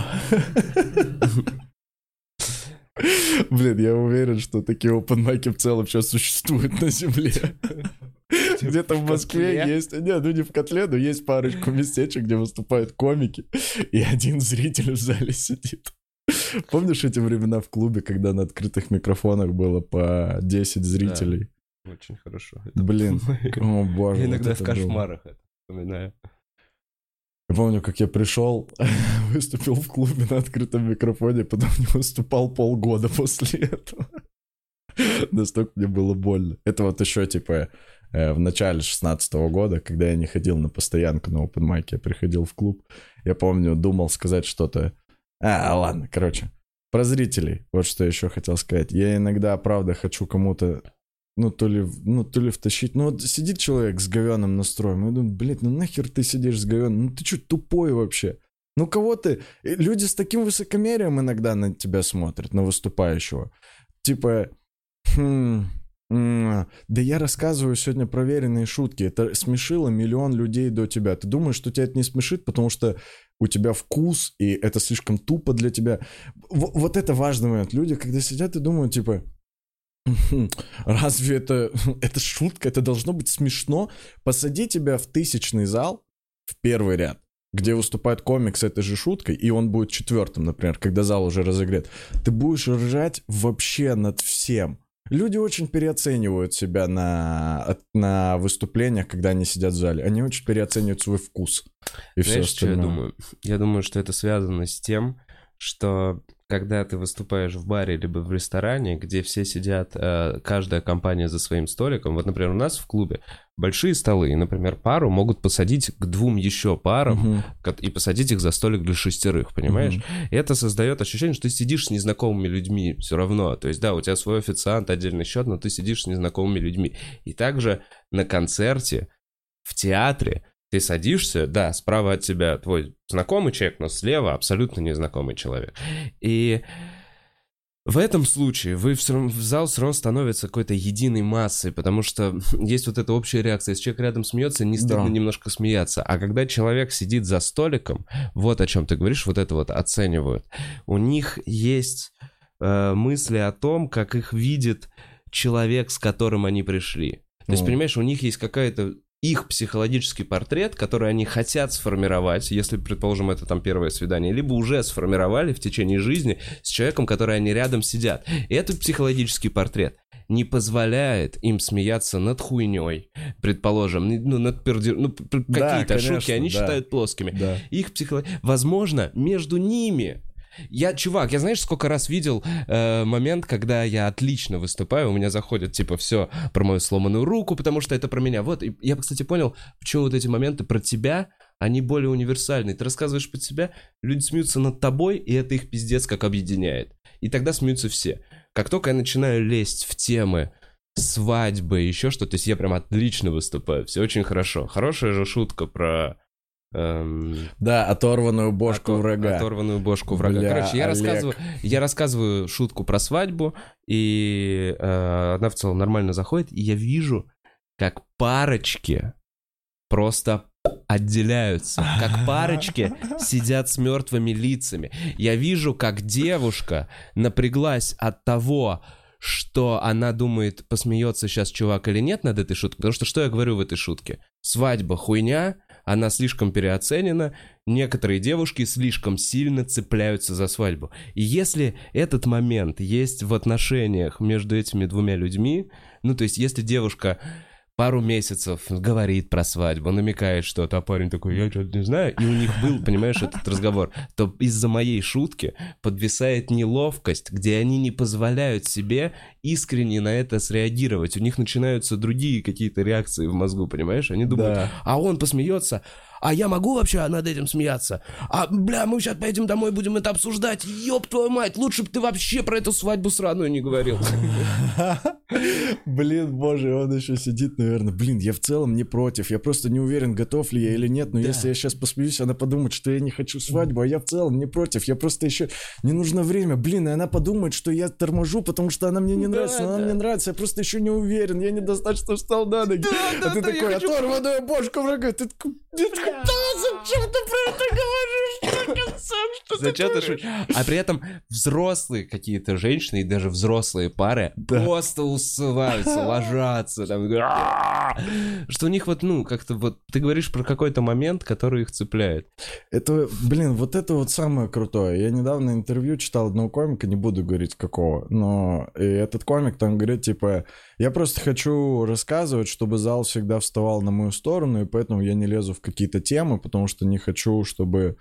Блин, я уверен, что такие open-майки в целом сейчас существуют на Земле. Где-то в Москве есть... Не, ну не в котле, но есть парочку местечек, где выступают комики, и один зритель в зале сидит. Помнишь эти времена в клубе, когда на открытых микрофонах было по 10 зрителей? Да, очень хорошо. Блин, о боже. Я иногда в кошмарах это вспоминаю. Я помню, как я пришел, выступил в клубе на открытом микрофоне, потом не выступал полгода после этого. Настолько мне было больно. Это вот еще, типа, в начале 16-го года, когда я не ходил на постоянку на open mic, я приходил в клуб. Я помню, думал сказать что-то... ладно, короче. Про зрителей. Вот что я еще хотел сказать. Я иногда, правда, хочу кому-то, то ли втащить. Ну, вот сидит человек с говёным настроем. Я думаю, блядь, ну нахер ты сидишь с говёным? Ну ты что, тупой вообще? Ну кого ты... Люди с таким высокомерием иногда на тебя смотрят, на выступающего. Типа... Да я рассказываю сегодня проверенные шутки. Это смешило миллион людей до тебя. Ты думаешь, что тебя это не смешит, потому что у тебя вкус, и это слишком тупо для тебя. Вот это важный момент. Люди, когда сидят и думают, типа, разве это шутка? Это должно быть смешно? Посади тебя в 1000-й зал, в первый ряд, где выступает комик с этой же шуткой, и он будет 4-м, например, когда зал уже разогрет. Ты будешь ржать вообще над всем. Люди очень переоценивают себя на выступлениях, когда они сидят в зале. Они очень переоценивают свой вкус. И знаешь, все остальное. Что я думаю? Я думаю, что это связано с тем, что когда ты выступаешь в баре либо в ресторане, где все сидят, каждая компания за своим столиком. Вот, например, у нас в клубе большие столы, и, например, пару могут посадить к 2 еще парам и посадить их за столик для 6, понимаешь? И это создает ощущение, что ты сидишь с незнакомыми людьми все равно. То есть, да, у тебя свой официант, отдельный счет, но ты сидишь с незнакомыми людьми. И также на концерте, в театре, ты садишься, да, справа от тебя твой знакомый человек, но слева абсолютно незнакомый человек. И в этом случае в зал все равно становится какой-то единой массой, потому что есть вот эта общая реакция. Если человек рядом смеется, не стыдно немножко смеяться. А когда человек сидит за столиком, вот о чем ты говоришь, вот это вот оценивают. У них есть мысли о том, как их видит человек, с которым они пришли. То есть, понимаешь, у них есть какая-то их психологический портрет, который они хотят сформировать, если, предположим, это там первое свидание, либо уже сформировали в течение жизни с человеком, который они рядом сидят. И этот психологический портрет не позволяет им смеяться над хуйней, предположим, над какие-то шутки они считают плоскими. Да. Их возможно, между ними... Я знаешь, сколько раз видел момент, когда я отлично выступаю, у меня заходят, типа, все про мою сломанную руку, потому что это про меня. Вот, и я, кстати, понял, почему вот эти моменты про тебя они более универсальные. Ты рассказываешь под себя, люди смеются над тобой, и это их пиздец как объединяет. И тогда смеются все. Как только я начинаю лезть в темы свадьбы, еще что-то, то есть я прям отлично выступаю, все очень хорошо. Хорошая же шутка про... Да, оторванную бошку врага. Оторванную бошку врага. Бля, короче, я рассказываю шутку про свадьбу, и она в целом нормально заходит, и я вижу, как парочки просто отделяются, как парочки сидят с мертвыми лицами. Я вижу, как девушка напряглась от того, что она думает, посмеется сейчас чувак или нет над этой шуткой. Потому что я говорю в этой шутке? Свадьба хуйня, она слишком переоценена, некоторые девушки слишком сильно цепляются за свадьбу. И если этот момент есть в отношениях между этими двумя людьми, ну, то есть если девушка пару месяцев говорит про свадьбу, намекает что-то, а парень такой, я что-то не знаю, и у них был, понимаешь, этот разговор, то из-за моей шутки подвисает неловкость, где они не позволяют себе искренне на это среагировать. У них начинаются другие какие-то реакции в мозгу, понимаешь? Они думают, да. А он посмеется, а я могу вообще над этим смеяться? А, бля, мы сейчас поедем домой, будем это обсуждать. Ёб твою мать, лучше бы ты вообще про эту свадьбу сраную не говорил. Блин, боже, он еще сидит, наверное. Блин, я в целом не против. Я просто не уверен, готов ли я или нет. Но если я сейчас посмеюсь, она подумает, что я не хочу свадьбу, а я в целом не против. Я просто еще... Не нужно время. Блин, и она подумает, что я торможу, потому что она мне не нравится. Но она мне нравится. Я просто еще не уверен. Я недостаточно встал на ноги. А ты такой, оторванную бошку врага. Ты такой... Зачем ты про это говоришь? Зачем ты шутишь? А при этом взрослые какие-то женщины и даже взрослые пары просто усываются, ложатся, там, что у них вот, ну, как-то вот, ты говоришь про какой-то момент, который их цепляет. Это, блин, вот это вот самое крутое. Я недавно интервью читал одного комика, не буду говорить какого, но и этот комик там говорит, типа, я просто хочу рассказывать, чтобы зал всегда вставал на мою сторону, и поэтому я не лезу в какие-то темы, потому что не хочу, чтобы...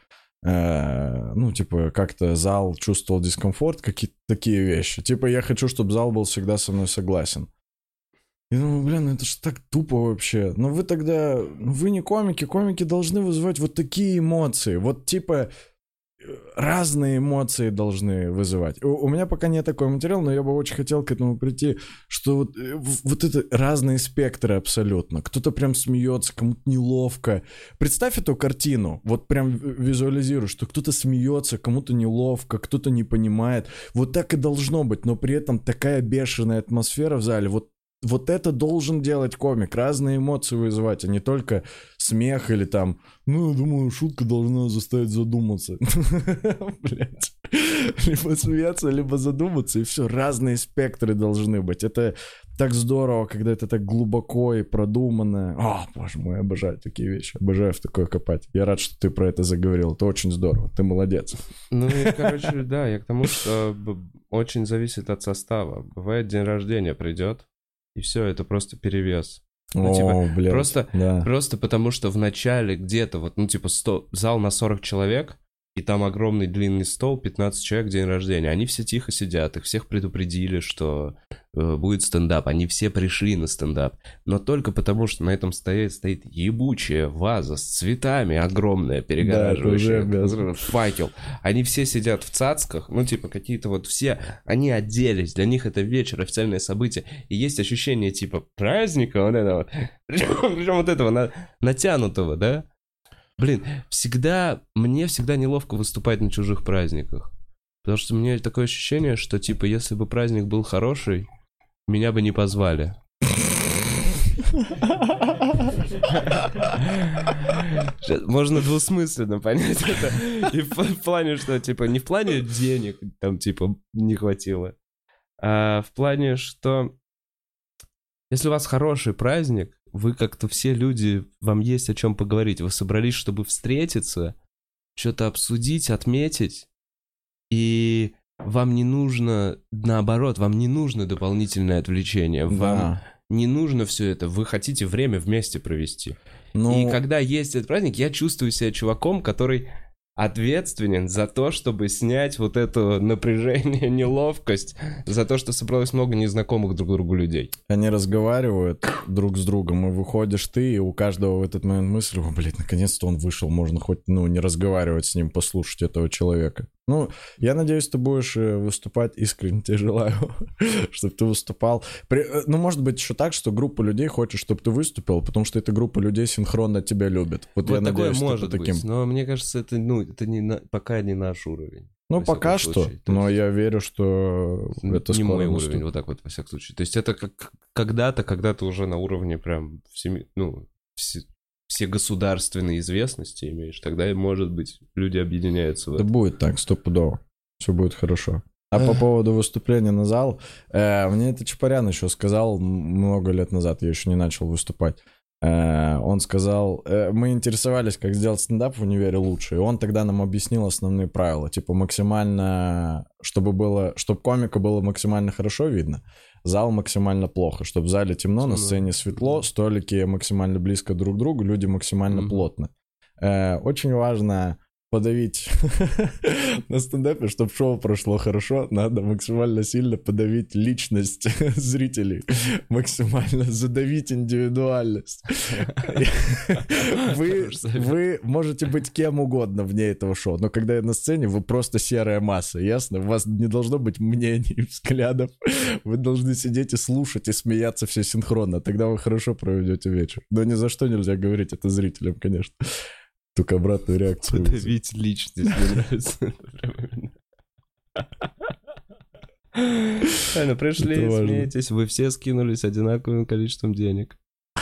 ну, типа, как-то зал чувствовал дискомфорт, какие-то такие вещи. Типа, я хочу, чтобы зал был всегда со мной согласен. Я думаю, блин, это ж так тупо вообще. Но вы тогда... Вы не комики. Комики должны вызывать вот такие эмоции. Вот, типа, разные эмоции должны вызывать. У меня пока нет такой материала, но я бы очень хотел к этому прийти, что вот это разные спектры абсолютно. Кто-то прям смеется, кому-то неловко. Представь эту картину, вот прям визуализируй, что кто-то смеется, кому-то неловко, кто-то не понимает. Вот так и должно быть, но при этом такая бешеная атмосфера в зале. Вот это должен делать комик, разные эмоции вызывать, а не только смех или там, ну, я думаю, шутка должна заставить задуматься. Блять. Либо смеяться, либо задуматься, и все, разные спектры должны быть. Это так здорово, когда это так глубоко и продуманно. О, боже мой, обожаю такие вещи, обожаю в такое копать. Я рад, что ты про это заговорил, это очень здорово, ты молодец. Ну и, короче, да, я к тому, что очень зависит от состава. Бывает, день рождения придет, и все, это просто перевес. Ну, типа, блядь, просто потому, что в начале где-то, вот, ну, типа, зал на 40 человек, и там огромный длинный стол, 15 человек, день рождения. Они все тихо сидят, их всех предупредили, что будет стендап. Они все пришли на стендап. Но только потому, что на этом стоит ебучая ваза с цветами огромная, перегораживающая, факел. Они все сидят в цацках, ну, типа, какие-то вот все, они оделись, для них это вечер, официальное событие. И есть ощущение, типа, праздника вот этого, причем вот этого натянутого, да? Блин, мне всегда неловко выступать на чужих праздниках. Потому что у меня такое ощущение, что, типа, если бы праздник был хороший, меня бы не позвали. Можно двусмысленно понять это. И в плане, что, типа, не в плане денег, там, типа, не хватило, а в плане, что если у вас хороший праздник, вы как-то все люди, вам есть о чем поговорить. Вы собрались, чтобы встретиться, что-то обсудить, отметить. И вам не нужно, наоборот, вам не нужно дополнительное отвлечение. Вам не нужно все это. Вы хотите время вместе провести. И когда есть этот праздник, я чувствую себя чуваком, который ответственен за то, чтобы снять вот это напряжение, неловкость, за то, что собралось много незнакомых друг другу людей. Они разговаривают друг с другом, и выходишь ты, и у каждого в этот момент мысль: о, блядь, наконец-то он вышел, можно хоть, не разговаривать с ним, послушать этого человека. Я надеюсь, ты будешь выступать, искренне тебе желаю, чтобы ты выступал. Может быть, еще так, что группа людей хочет, чтобы ты выступил, потому что эта группа людей синхронно тебя любит. Вот я такое надеюсь, может быть, но мне кажется, это пока не наш уровень. Пока что, но я верю, что это не скоро мой наступит. уровень, вот так вот, во всяком случае. То есть это как когда ты уже на уровне прям все государственные известности имеешь, тогда, может быть, люди объединяются в Да этом. будет так, стопудово. Все будет хорошо. А по поводу выступления на зал, мне это Чапарян еще сказал много лет назад, я еще не начал выступать. Он сказал, мы интересовались, как сделать стендап в универе лучше, и он тогда нам объяснил основные правила, типа максимально, чтобы комика было максимально хорошо видно, зал максимально плохо, чтобы в зале темно, на сцене светло, столики максимально близко друг к другу, люди максимально плотно. Очень важно подавить на стендапе, чтобы шоу прошло хорошо, надо максимально сильно подавить личность зрителей, максимально задавить индивидуальность. Вы можете быть кем угодно вне этого шоу, но когда я на сцене, вы просто серая масса, ясно? У вас не должно быть мнений, взглядов, вы должны сидеть и слушать, и смеяться все синхронно, тогда вы хорошо проведете вечер. Но ни за что нельзя говорить это зрителям, конечно. Только обратную реакцию. Подавить личность, мне нравится. Правильно, пришли, смеетесь, вы все скинулись одинаковым количеством денег.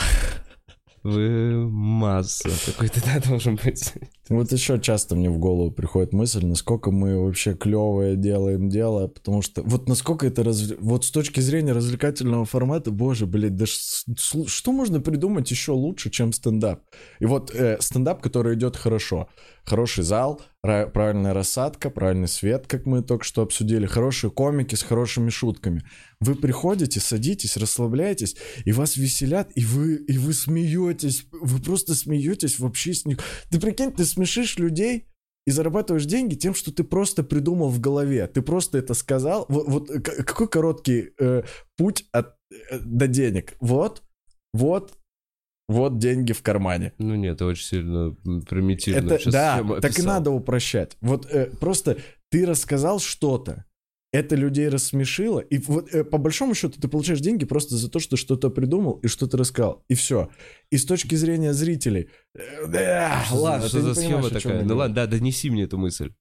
Вы масса. Какой-то, должен быть. Вот еще часто мне в голову приходит мысль, насколько мы вообще клевое делаем дело, потому что вот насколько это вот с точки зрения развлекательного формата, боже, блядь, да что можно придумать еще лучше, чем стендап? И вот стендап, который идет хорошо. Хороший зал, правильная рассадка, правильный свет, как мы только что обсудили, хорошие комики с хорошими шутками. Вы приходите, садитесь, расслабляетесь, и вас веселят, и вы смеетесь, вы просто смеетесь вообще с них. Ты прикинь, ты смешишь людей и зарабатываешь деньги тем, что ты просто придумал в голове. Ты просто это сказал. Вот какой короткий путь до денег. Вот деньги в кармане. Нет, это очень сильно примитивно. Да, так и надо упрощать. Вот просто ты рассказал что-то, это людей рассмешило, и вот по большому счету ты получаешь деньги просто за то, что что-то придумал и что-то рассказал, и все. И с точки зрения зрителей... Ладно, что за схема такая? Ну ладно, донеси мне эту мысль.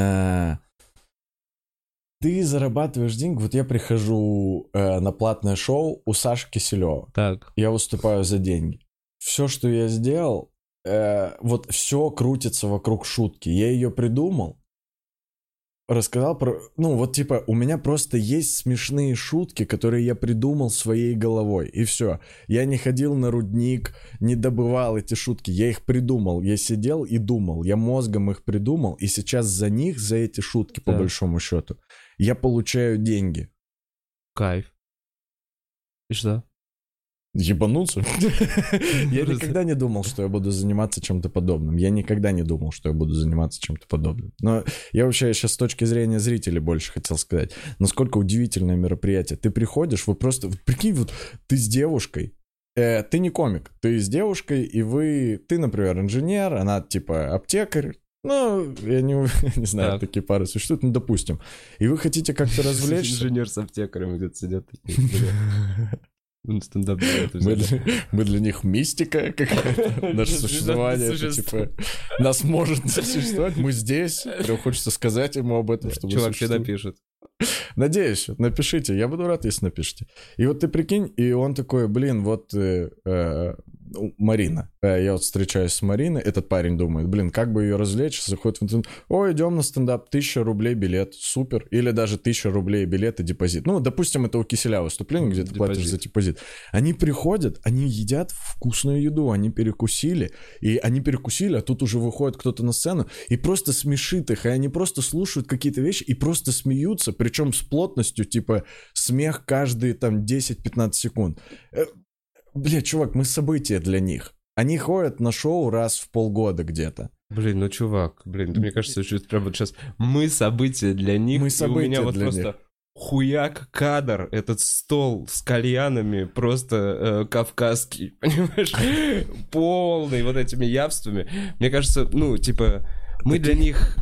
Ты зарабатываешь деньги. Вот я прихожу на платное шоу у Саши Киселева. Так. Я выступаю за деньги. Все, что я сделал, вот все крутится вокруг шутки. Я ее придумал, рассказал про... у меня просто есть смешные шутки, которые я придумал своей головой, и все. Я не ходил на рудник, не добывал эти шутки, я их придумал. Я сидел и думал, я мозгом их придумал, и сейчас за эти шутки, по большому счету, я получаю деньги. Кайф. И что? Ебануться? Я никогда не думал, что я буду заниматься чем-то подобным. Но я вообще сейчас с точки зрения зрителей больше хотел сказать. Насколько удивительное мероприятие. Ты приходишь, вы просто... Прикинь, вот ты с девушкой, ты не комик, ты с девушкой, и ты, например, инженер, она типа аптекарь. Я не знаю, такие пары существуют, допустим. И вы хотите как-то развлечься. Инженер с аптекарем где-то сидят такие. Мы для них мистика какая-то, наше существование, типа, нас может существовать, мы здесь, прям хочется сказать ему об этом, чтобы... Чувак всегда пишет. Надеюсь, напишите, я буду рад, если напишите. И вот ты прикинь, и он такой, Марина. Я вот встречаюсь с Мариной, этот парень думает, как бы ее развлечь, заходит в интернет, идем на стендап, 1000 рублей билет, супер, или даже 1000 рублей билет и депозит. Допустим, это у Киселя выступление, где ты платишь за депозит. Они приходят, они едят вкусную еду, они перекусили, а тут уже выходит кто-то на сцену и просто смешит их, и они просто слушают какие-то вещи и просто смеются, причем с плотностью, типа, смех каждые там 10-15 секунд. Чувак, мы событие для них. Они ходят на шоу раз в полгода где-то. Блин, ну чувак, мне кажется, что это прям вот сейчас мы события для них. Мы события и у меня вот для просто них. хуяк кадр, этот стол с кальянами просто кавказский, понимаешь? Полный вот этими явствами. Мне кажется, ну, типа, мы для них...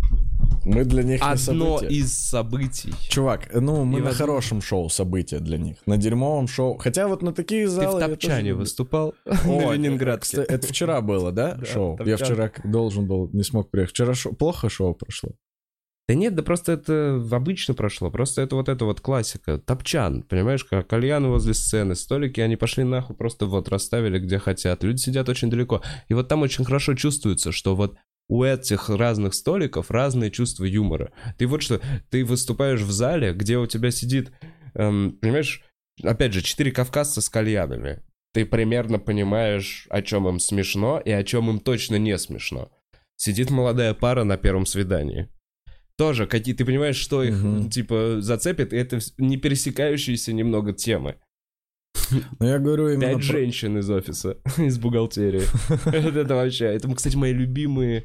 Мы для них не одно событие. из событий. Чувак, ну мы И на возможно- хорошем шоу события для них. На дерьмовом шоу. Хотя вот на такие Ты залы... в я Топчане тоже люблю. выступал О, на Ленинградке. кстати, это вчера было, да, Да, шоу? Топчан. Я вчера должен был, не смог приехать. Вчера плохо шоу прошло? Да нет, да просто это обычно прошло. Просто это вот классика. Топчан, понимаешь, как кальян возле сцены, столики, они пошли нахуй, просто вот расставили где хотят. Люди сидят очень далеко. И вот там очень хорошо чувствуется, что вот у этих разных столиков разные чувства юмора. Ты вот что, ты выступаешь в зале, где у тебя сидит, понимаешь, опять же, 4 кавказца с кальянами. Ты примерно понимаешь, о чем им смешно и о чем им точно не смешно. Сидит молодая пара на первом свидании. Тоже какие, ты понимаешь, что их, Мгм. типа, зацепит, и это не пересекающиеся немного темы. Ну я говорю именно 5 женщин из офиса, из бухгалтерии. Это вообще, это, кстати, мои любимые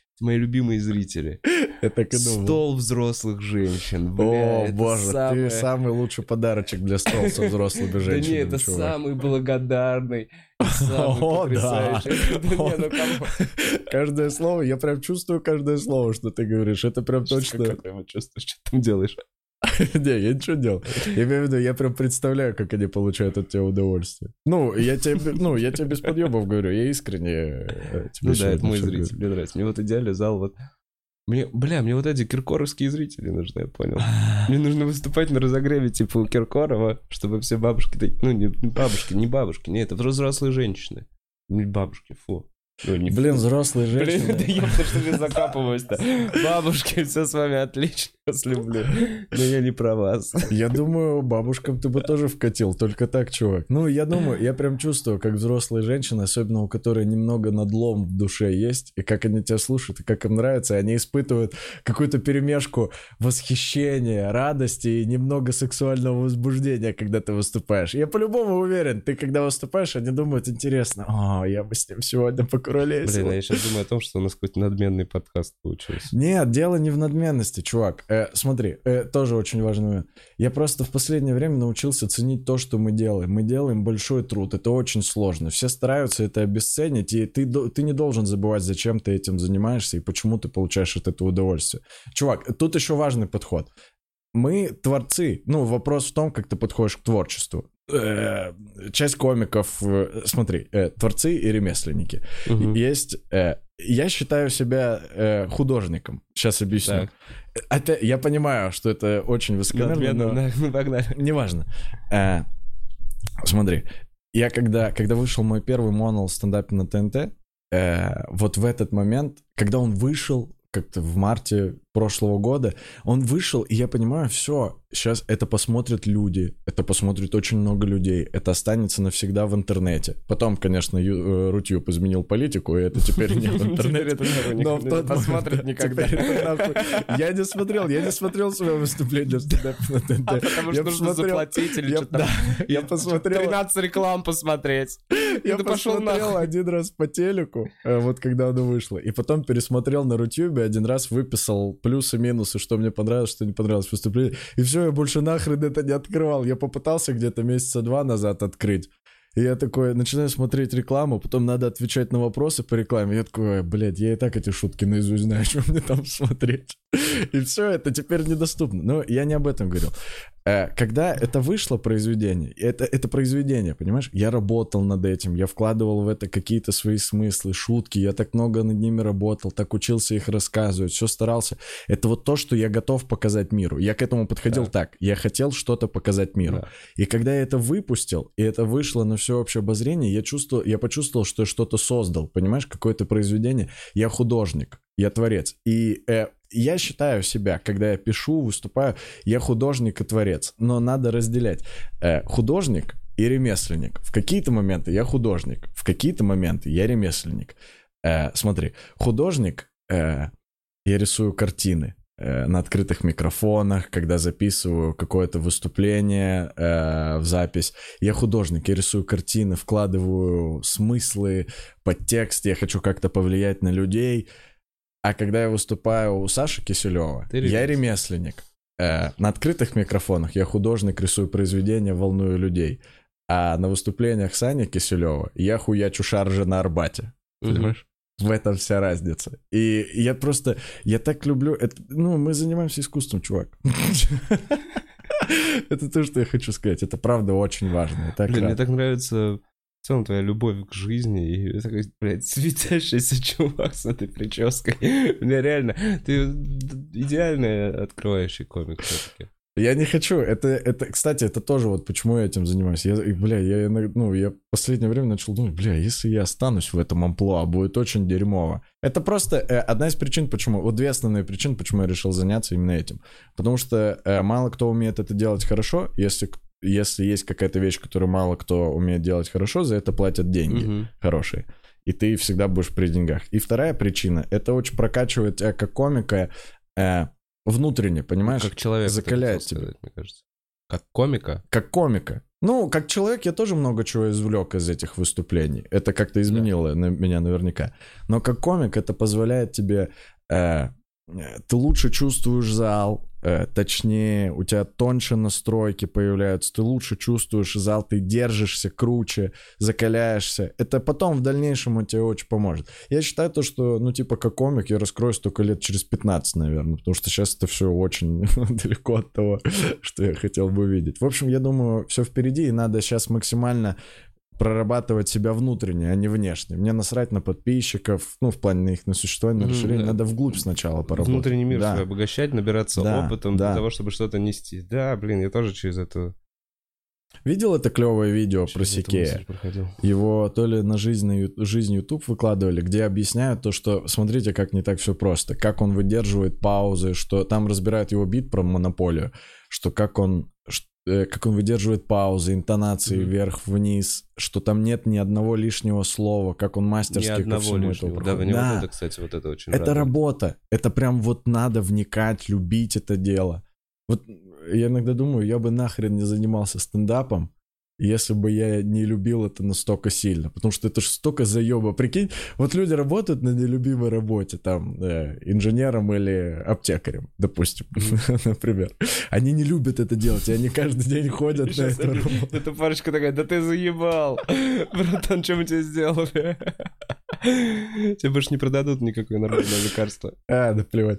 зрители. Я так и думал. Стол взрослых женщин. О, Бля, это боже, самое- ты самый лучший подарочек для стола со взрослыми Да не, женщинами, это чувак. самый благодарный, самый О, да. потрясающий. Да не, ну камон. Каждое слово, я прям чувствую каждое слово, что ты говоришь. Это прям точно... Как ты его чувствуешь, что ты там делаешь? Не, я ничего делал. Я имею в виду, я прям представляю, как они получают от тебя удовольствие. Ну, я тебе без подъебов говорю, я искренне тебе Ну да, сегодня это мой всё зритель, говорю. мне нравится. Мне вот идеальный зал вот... Мне вот эти киркоровские зрители нужны, я понял. Мне нужно выступать на разогреве типа у Киркорова, чтобы все бабушки... Ну, не бабушки, не, это взрослые женщины. Не бабушки, фу. Ну, не Блин, фу. взрослые Блин, женщины. да ёпта, что я закапываюсь-то. Бабушки, все с вами отлично, вас люблю. Но я не про вас. Я думаю, бабушкам ты бы тоже вкатил, только так, чувак. Ну, я думаю, я прям чувствую, как взрослые женщины, особенно у которых немного надлом в душе есть, и как они тебя слушают, и как им нравится, и они испытывают какую-то перемешку восхищения, радости и немного сексуального возбуждения, когда ты выступаешь. Я по-любому уверен, ты когда выступаешь, они думают, интересно, я бы с ним сегодня покуролесил. Блин, я сейчас думаю о том, что у нас какой-то надменный подкаст получился. Нет, дело не в надменности, чувак. Смотри, тоже очень важный момент. Я просто в последнее время научился ценить то, что мы делаем. Мы делаем большой труд, это очень сложно. Все стараются это обесценить, и ты не должен забывать, зачем ты этим занимаешься и почему ты получаешь от этого удовольствие. Чувак, тут еще важный подход. Мы творцы. Ну, вопрос в том, как ты подходишь к творчеству. Часть комиков, смотри, творцы и ремесленники. Мгм. Есть... Я считаю себя художником. Сейчас объясню. Так. Я понимаю, что это очень высокомерно, но Ну, погнали. неважно. Смотри, я когда вышел мой первый монол стендап на ТНТ, вот в этот момент, когда он вышел, как-то в марте прошлого года, он вышел, и я понимаю, все, сейчас это посмотрят люди, это посмотрит очень много людей, это останется навсегда в интернете. Потом, конечно, Рутюб изменил политику, и это теперь не в интернете. Но в тот посмотрят момент, никогда. теперь это нахуй. Я не смотрел свое выступление в стендапе на ТНТ. Потому Я что нужно посмотрел- заплатить или я- что-то там. да, я посмотрел... 13 реклам посмотреть. Я ты пошел посмотрел нахуй. один раз по телеку, вот когда оно вышло, и потом пересмотрел на Рутюбе, один раз выписал плюсы-минусы, что мне понравилось, что не понравилось в выступлении, и все, я больше нахрен это не открывал. Я попытался где-то месяца 2 назад открыть, и я такой, начинаю смотреть рекламу, потом надо отвечать на вопросы по рекламе. Я такой, блядь, я и так эти шутки наизусть знаю, что мне там смотреть. И все, это теперь недоступно. Но я не об этом говорил. Когда это вышло произведение, это произведение, понимаешь? Я работал над этим, я вкладывал в это какие-то свои смыслы, шутки, я так много над ними работал, так учился их рассказывать, все старался. Это вот то, что я готов показать миру. Я к этому подходил так. Я хотел что-то показать миру. Да. И когда я это выпустил, и это вышло на всеобщее обозрение, я почувствовал, что я что-то создал, понимаешь, какое-то произведение. Я художник, я творец. И я считаю себя, когда я пишу, выступаю, я художник и творец. Но надо разделять художник и ремесленник. В какие-то моменты я художник, в какие-то моменты я ремесленник. Смотри, художник, я рисую картины. на открытых микрофонах, когда записываю какое-то выступление в запись. Я художник, я рисую картины, вкладываю смыслы, подтекст, я хочу как-то повлиять на людей. А когда я выступаю у Саши Киселева, я ремесленник. На открытых микрофонах я художник, рисую произведения, волную людей. А на выступлениях Сани Киселева я хуячу шаржи на Арбате. Понимаешь? В этом вся разница. И я так люблю... мы занимаемся искусством, чувак. Это то, что я хочу сказать. Это правда очень важно. Мне так нравится в целом твоя любовь к жизни. И такой, блядь, светящийся чувак с этой прической. Бля, реально, ты идеальный открывающий комик все-таки. Я не хочу. Кстати, это тоже вот почему я этим занимаюсь. Я в последнее время начал думать, если я останусь в этом амплуа, будет очень дерьмово. Это просто одна из причин, почему... Вот две основные причины, почему я решил заняться именно этим. Потому что мало кто умеет это делать хорошо. Если есть какая-то вещь, которую мало кто умеет делать хорошо, за это платят деньги хорошие. И ты всегда будешь при деньгах. И вторая причина, это очень прокачивает тебя как комика... внутренне, понимаешь? Как человек. Закаляет тебя. Сказать, мне кажется. Как комика? Как комика. Как человек я тоже много чего извлек из этих выступлений. Это как-то изменило меня наверняка. Но как комик это позволяет тебе... ты лучше чувствуешь зал, точнее, у тебя тоньше настройки появляются, ты лучше чувствуешь зал, ты держишься круче, закаляешься. Это потом в дальнейшем тебе очень поможет. Я считаю то, что, как комик я раскроюсь только лет через 15, наверное, потому что сейчас это все очень далеко от того, что я хотел бы увидеть. В общем, я думаю, все впереди, и надо сейчас максимально прорабатывать себя внутренне, а не внешне. Мне насрать на подписчиков, в плане на их существование, на расширение. Надо вглубь сначала поработать. Внутренний мир свой обогащать, набираться опытом для того, чтобы что-то нести. Да, я тоже через это... Видел это клевое видео про Сикея? Его то ли на жизнь YouTube выкладывали, где объясняют то, что смотрите, как не так все просто. Как он выдерживает паузы, что там разбирают его бит про монополию, что как он выдерживает паузы, интонации вверх-вниз, что там нет ни одного лишнего слова, как он мастерски ко всему этому проходит. Да, это, кстати, вот это очень это работа. Это прям надо вникать, любить это дело. Я иногда думаю, я бы нахрен не занимался стендапом, если бы я не любил это настолько сильно. Потому что это же столько заеба. Прикинь, люди работают на нелюбимой работе, там, инженером или аптекарем, допустим, например. Они не любят это делать, и они каждый день ходят на эту работу. Эта парочка такая, да ты заебал! Братан, что мы тебе сделали? Тебе больше не продадут никакое нормальное лекарство. Да плевать.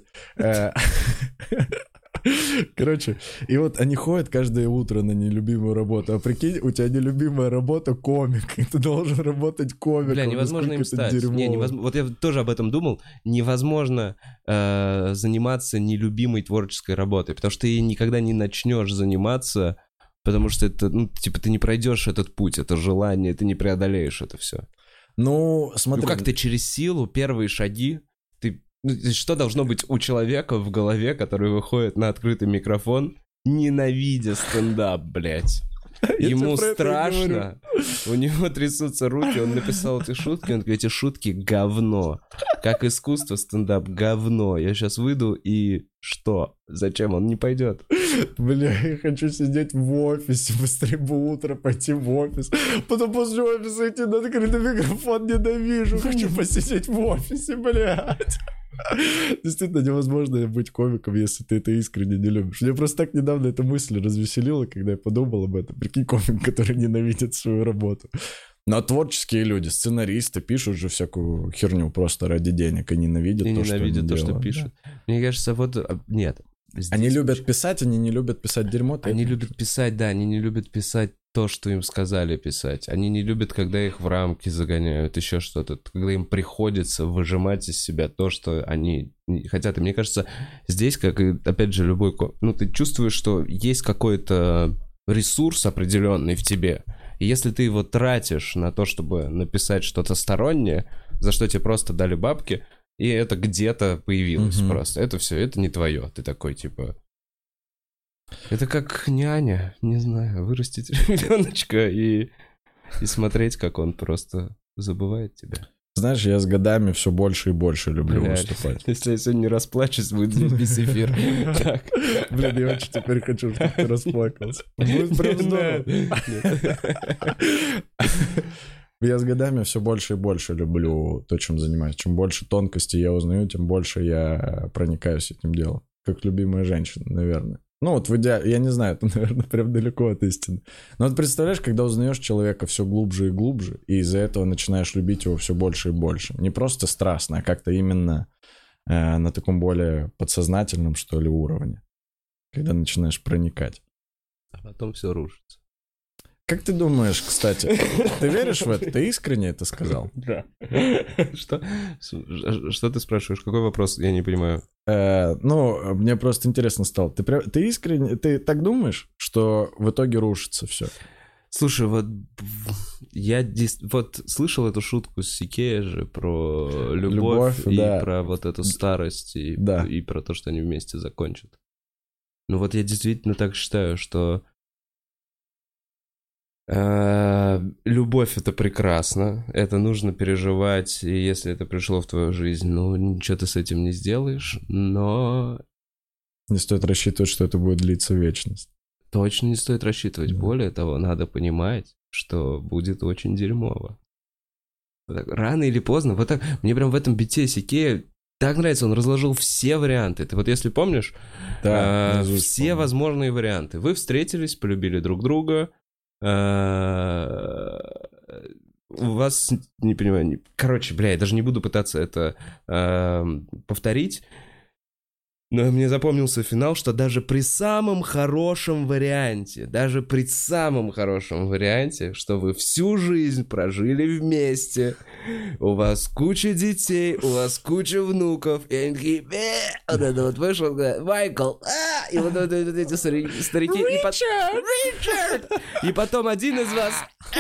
Короче, и они ходят каждое утро на нелюбимую работу. А прикинь, у тебя нелюбимая работа комик, и ты должен работать комиком. Невозможно им стать. Невозможно. Вот я тоже об этом думал. Невозможно заниматься нелюбимой творческой работой, потому что ты никогда не начнешь заниматься, потому что это, ты не пройдешь этот путь, это желание, ты не преодолеешь это все. Смотри. Как ты через силу, первые шаги, что должно быть у человека в голове, который выходит на открытый микрофон, ненавидя стендап, блядь? Ему страшно, у него трясутся руки, он написал эти шутки, он говорит, эти шутки говно. Как искусство стендап говно. Я сейчас выйду и что? Зачем? Он не пойдет. Я хочу сидеть в офисе, быстрее бы утро пойти в офис. Потом после офиса идти на открытый микрофон, ненавижу. Хочу посидеть в офисе, блядь. Действительно невозможно быть комиком, если ты это искренне не любишь. Мне просто так недавно эта мысль развеселила, когда я подумал об этом. Прикинь, комик, который ненавидит свою работу. Но творческие люди, сценаристы пишут же всякую херню просто ради денег и ненавидят то, что пишут. Мне кажется, нет. Они любят писать, они не любят писать дерьмо. Они любят писать, да, они не любят писать то, что им сказали писать. Они не любят, когда их в рамки загоняют, еще что-то. Когда им приходится выжимать из себя то, что они хотят. И мне кажется, здесь, как и, опять же, ты чувствуешь, что есть какой-то ресурс определенный в тебе. И если ты его тратишь на то, чтобы написать что-то стороннее, за что тебе просто дали бабки, и это где-то появилось просто. Это все, это не твое. Ты такой, это как няня, не знаю, вырастить ребеночка и смотреть, как он просто забывает тебя. Знаешь, я с годами все больше и больше люблю выступать. Если я сегодня не расплачусь, будет весь эфир. Так. Блин, я очень теперь хочу, чтобы ты расплакался. Будет прям здорово. Я с годами все больше и больше люблю то, чем занимаюсь. Чем больше тонкостей я узнаю, тем больше я проникаюсь этим делом. Как любимая женщина, наверное. Ну вот в идеале, я не знаю, это, наверное, прям далеко от истины. Но вот представляешь, когда узнаешь человека все глубже и глубже, и из-за этого начинаешь любить его все больше и больше. Не просто страстно, а как-то именно на таком более подсознательном, что ли, уровне. Когда начинаешь проникать. А потом все рушится. Как ты думаешь, кстати, ты веришь в это? Ты искренне это сказал? Да. Что ты спрашиваешь? Какой вопрос? Я не понимаю. Ну, мне просто интересно стало. Ты искренне, ты так думаешь, что в итоге рушится все? Слушай, вот я вот слышал эту шутку с Сикея же про любовь и да. Про вот эту старость и про то, что они вместе закончат. Ну вот я действительно так считаю, что любовь — это прекрасно, это нужно переживать, и если это пришло в твою жизнь, ну, ничего ты с этим не сделаешь, но... Не стоит рассчитывать, что это будет длиться вечность. Точно не стоит рассчитывать. Да. Более того, надо понимать, что будет очень дерьмово. Вот так, рано или поздно, вот так, мне прям в этом бите Сикея так нравится, он разложил все варианты. Ты вот если помнишь, все возможные варианты. Вы встретились, полюбили друг друга, у вас, не понимаю, короче, я даже не буду пытаться это повторить, но мне запомнился финал, что даже при самом хорошем варианте, что вы всю жизнь прожили вместе, у вас куча детей, у вас куча внуков, и они такие, вот это вот вышел, Майкл, и вот эти старики, Ричард! И потом один из вас...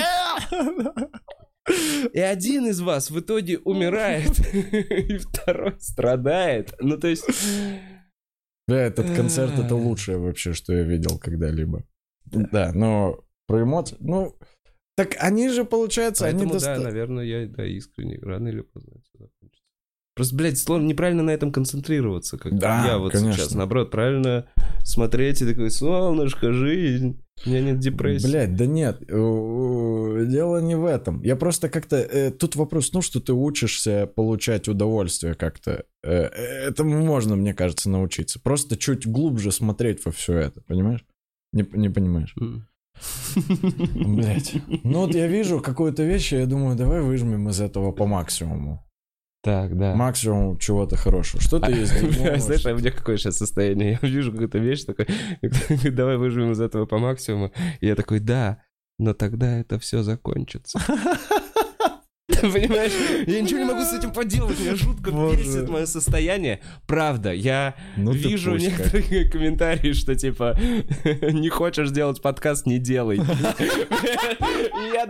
И один из вас в итоге умирает, и второй страдает. Ну, то есть... Бля, этот концерт — это лучшее вообще, что я видел когда-либо. Да, но про эмоции... Ну, так они же, получается... Поэтому, да, наверное, я искренне. Рано или поздно это закончится. Просто, блядь, сложно неправильно на этом концентрироваться, как я вот конечно. Сейчас. Наоборот, правильно смотреть и такой, солнышко, жизнь... У меня нет депрессии. Блядь, да нет, дело не в этом. Я просто как-то... Тут вопрос, что ты учишься получать удовольствие как-то. Этому можно, мне кажется, научиться. Просто чуть глубже смотреть во все это, понимаешь? Не понимаешь? Блядь. Ну вот я вижу какую-то вещь, и я думаю, давай выжмем из этого по максимуму. Так, да. Максимум чего-то хорошего. Что ты есть? Знаешь, у меня какое сейчас состояние? Я вижу какую-то вещь, такой, давай выжмем из этого по максимуму. И я такой, да, но тогда это все закончится. Понимаешь? Я ничего не могу с этим поделать. Меня жутко бесит мое состояние. Правда, я вижу некоторые комментарии, что типа не хочешь делать подкаст, не делай. И я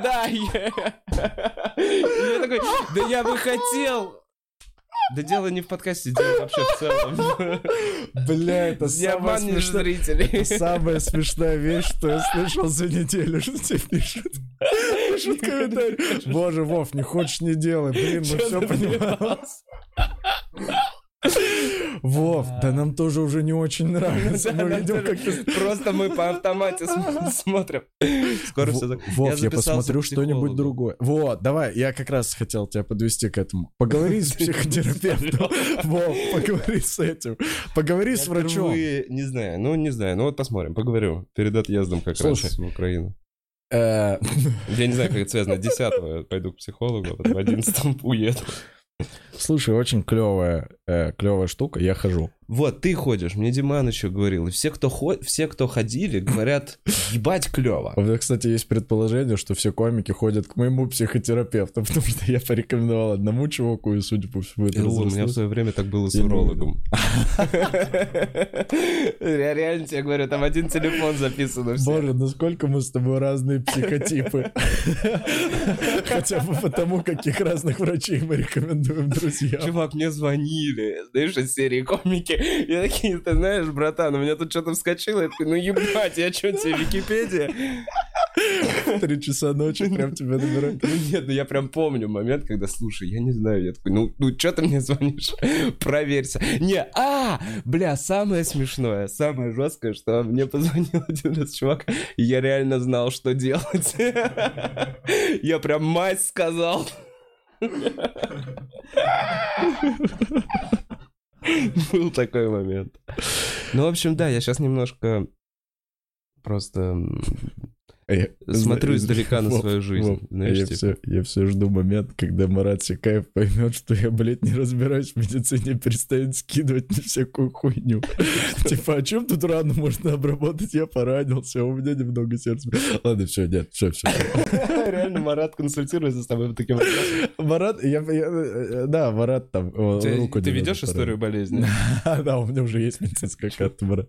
такой, да я бы хотел. Да дело не в подкасте, дело вообще в целом. Бля, это самая самая смешная вещь, что я слышал за неделю, что тебе пишут. Пишут комментарий. Боже, Вов, не хочешь, не делай. Блин, мы все понимаем. Вов, да нам тоже уже не очень нравится. Мы видим, как ты... Просто мы по автомате смотрим. Скоро все закончится. Вов, я посмотрю что-нибудь другое. Вот, давай, я как раз хотел тебя подвести к этому. Поговори с психотерапевтом. Вов, поговори с этим. Поговори с врачом. Не знаю. Ну вот посмотрим, поговорю. Перед отъездом как раз в Украину. Я не знаю, как это связано. 10-го пойду к психологу, а потом 11-го уеду. Слушай, очень клевая штука, я хожу. Вот, ты ходишь, мне Диман еще говорил, и все, кто ходили, говорят, ебать клево. У меня, кстати, есть предположение, что все комики ходят к моему психотерапевту, потому что я порекомендовал одному чуваку, и, судя по всему, это у меня в свое время так было с урологом. Я реально тебе говорю, там один телефон записан. Боже, насколько мы с тобой разные психотипы. Хотя бы потому, каких разных врачей мы рекомендуем друзьям. Чувак, мне звонили, знаешь, из серии комики. Я такие, ты знаешь, братан, у меня тут что-то вскочило. Я такой, ну ебать, я что, тебе Википедия? 3 часа ночи прям тебя набирают. Нет, я прям помню момент, когда, слушай, я не знаю, я такой, ну что ты мне звонишь? Проверься. Бля, самое смешное, самое жесткое, что мне позвонил один раз чувак, и я реально знал, что делать. Я прям мать сказал. Был такой момент. Ну, в общем, да, я сейчас немножко просто смотрю издалека на свою жизнь. Я все жду момент, когда Марат Сикаев поймет, что я, блядь, не разбираюсь в медицине, перестанет скидывать на всякую хуйню. Типа, о чем тут рану можно обработать? Я поранился, у меня немного сердца. Ладно, все, нет, все. Реально, Марат консультируется с тобой по таким вопросам. Марат, да, Марат там руку. Ты ведешь историю болезни? Да, у меня уже есть медицинская карта, Марат.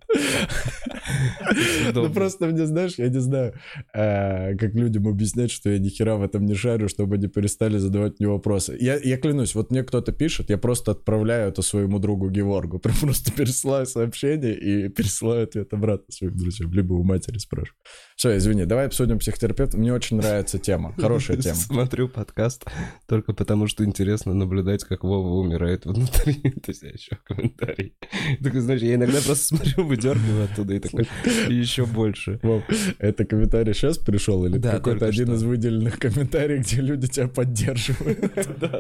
Ну просто мне, знаешь, я не знаю, как людям объяснять, что я ни хера в этом не шарю, чтобы они перестали задавать мне вопросы. Я клянусь, вот мне кто-то пишет, я просто отправляю это своему другу Геворгу, просто пересылаю сообщение и пересылаю ответ обратно своим друзьям, либо у матери спрашиваю. Все, извини, давай обсудим психотерапевта. Мне очень нравится тема, хорошая тема. Смотрю подкаст только потому, что интересно наблюдать, как Вова умирает внутри. То есть еще комментарий. Такой, знаешь, я иногда просто смотрю, выдергиваю оттуда и такой, и еще больше. Вов, это комментарий сейчас пришел или какой-то один из выделенных комментариев, где люди тебя поддерживают? Да.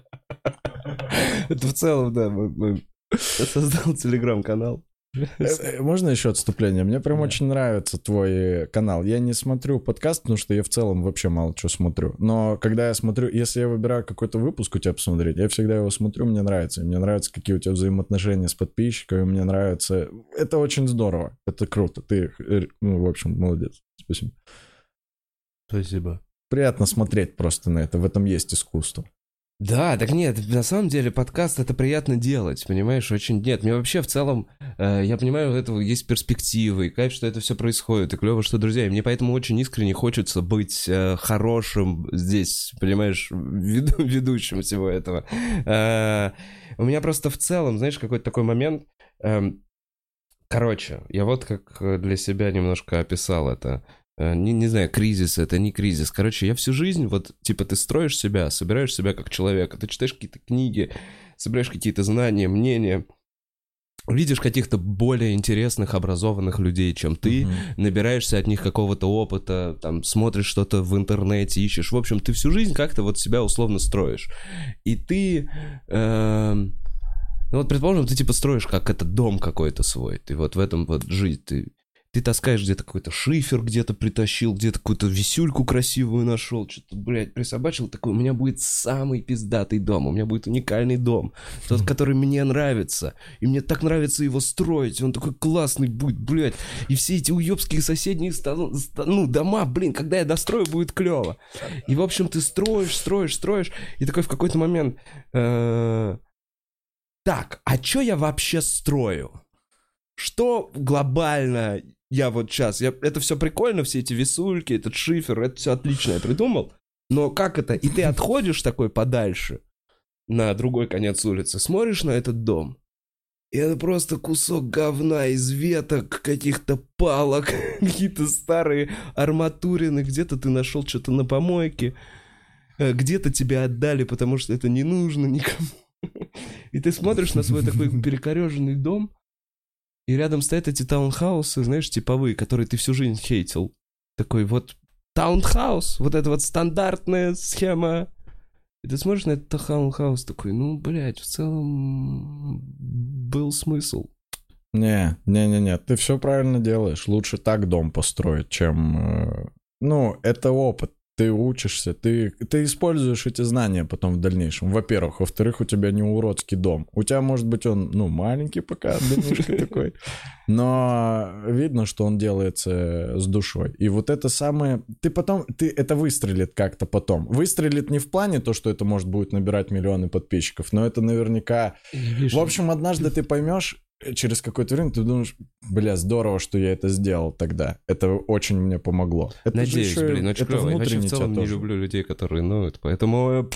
Это в целом, да, я создал телеграм-канал. Можно еще отступление? Мне прям очень нравится твой канал. Я не смотрю подкаст, потому что я в целом вообще мало что смотрю. Но когда я смотрю, если я выбираю какой-то выпуск у тебя посмотреть, я всегда его смотрю, мне нравится. Мне нравится, какие у тебя взаимоотношения с подписчиками, мне нравится. Это очень здорово, это круто. Ты, в общем, молодец. Спасибо. Спасибо. Приятно смотреть просто на это, в этом есть искусство. Да, так нет, на самом деле подкаст это приятно делать, понимаешь, очень нет. Мне вообще в целом, я понимаю, у этого есть перспективы, и кайф, что это все происходит, и клево, что друзья, и мне поэтому очень искренне хочется быть хорошим здесь, понимаешь, ведущим всего этого. У меня просто в целом, знаешь, какой-то такой момент, короче, я вот как для себя немножко описал это. Не знаю, кризис это, не кризис. Короче, я всю жизнь, вот, типа, ты строишь себя, собираешь себя как человека, ты читаешь какие-то книги, собираешь какие-то знания, мнения, видишь каких-то более интересных, образованных людей, чем ты, набираешься от них какого-то опыта, там, смотришь что-то в интернете, ищешь. В общем, ты всю жизнь как-то вот себя условно строишь. И ты... Ну вот, предположим, ты типа строишь как это дом какой-то свой, ты вот в этом вот жить, ты таскаешь где-то какой-то шифер, где-то притащил, где-то какую-то висюльку красивую нашел, что-то, блядь, присобачил, такой, у меня будет самый пиздатый дом, у меня будет уникальный дом, тот, который мне нравится, и мне так нравится его строить, он такой классный будет, блядь, и все эти уёбские соседние дома, блин, когда я дострою, будет клево. И, в общем, ты строишь, и такой в какой-то момент, так, а чё я вообще строю? Что глобально я вот сейчас... Это все прикольно, все эти висульки, этот шифер, это все отлично я придумал. Но как это? И ты отходишь такой подальше, на другой конец улицы, смотришь на этот дом, и это просто кусок говна из веток, каких-то палок, какие-то старые арматурины, где-то ты нашел что-то на помойке, где-то тебе отдали, потому что это не нужно никому. И ты смотришь на свой такой перекореженный дом, и рядом стоят эти таунхаусы, знаешь, типовые, которые ты всю жизнь хейтил. Такой вот таунхаус, вот это вот стандартная схема. И ты смотришь на этот таунхаус такой, ну, блядь, в целом был смысл. Не, ты все правильно делаешь. Лучше так дом построить, чем... Ну, это опыт. Ты учишься, ты используешь эти знания потом в дальнейшем. Во-первых. Во-вторых, у тебя не уродский дом. У тебя, может быть, он, маленький пока, домишка такой. Но видно, что он делается с душой. И вот это самое... Это выстрелит как-то потом. Выстрелит не в плане то, что это, может, будет набирать миллионы подписчиков, но это наверняка... В общем, однажды ты поймешь, через какое-то время ты думаешь, бля, здорово, что я это сделал тогда. Это очень мне помогло. Это надеюсь, блин, очень клево. Я вообще в целом не люблю людей, которые ноют, поэтому...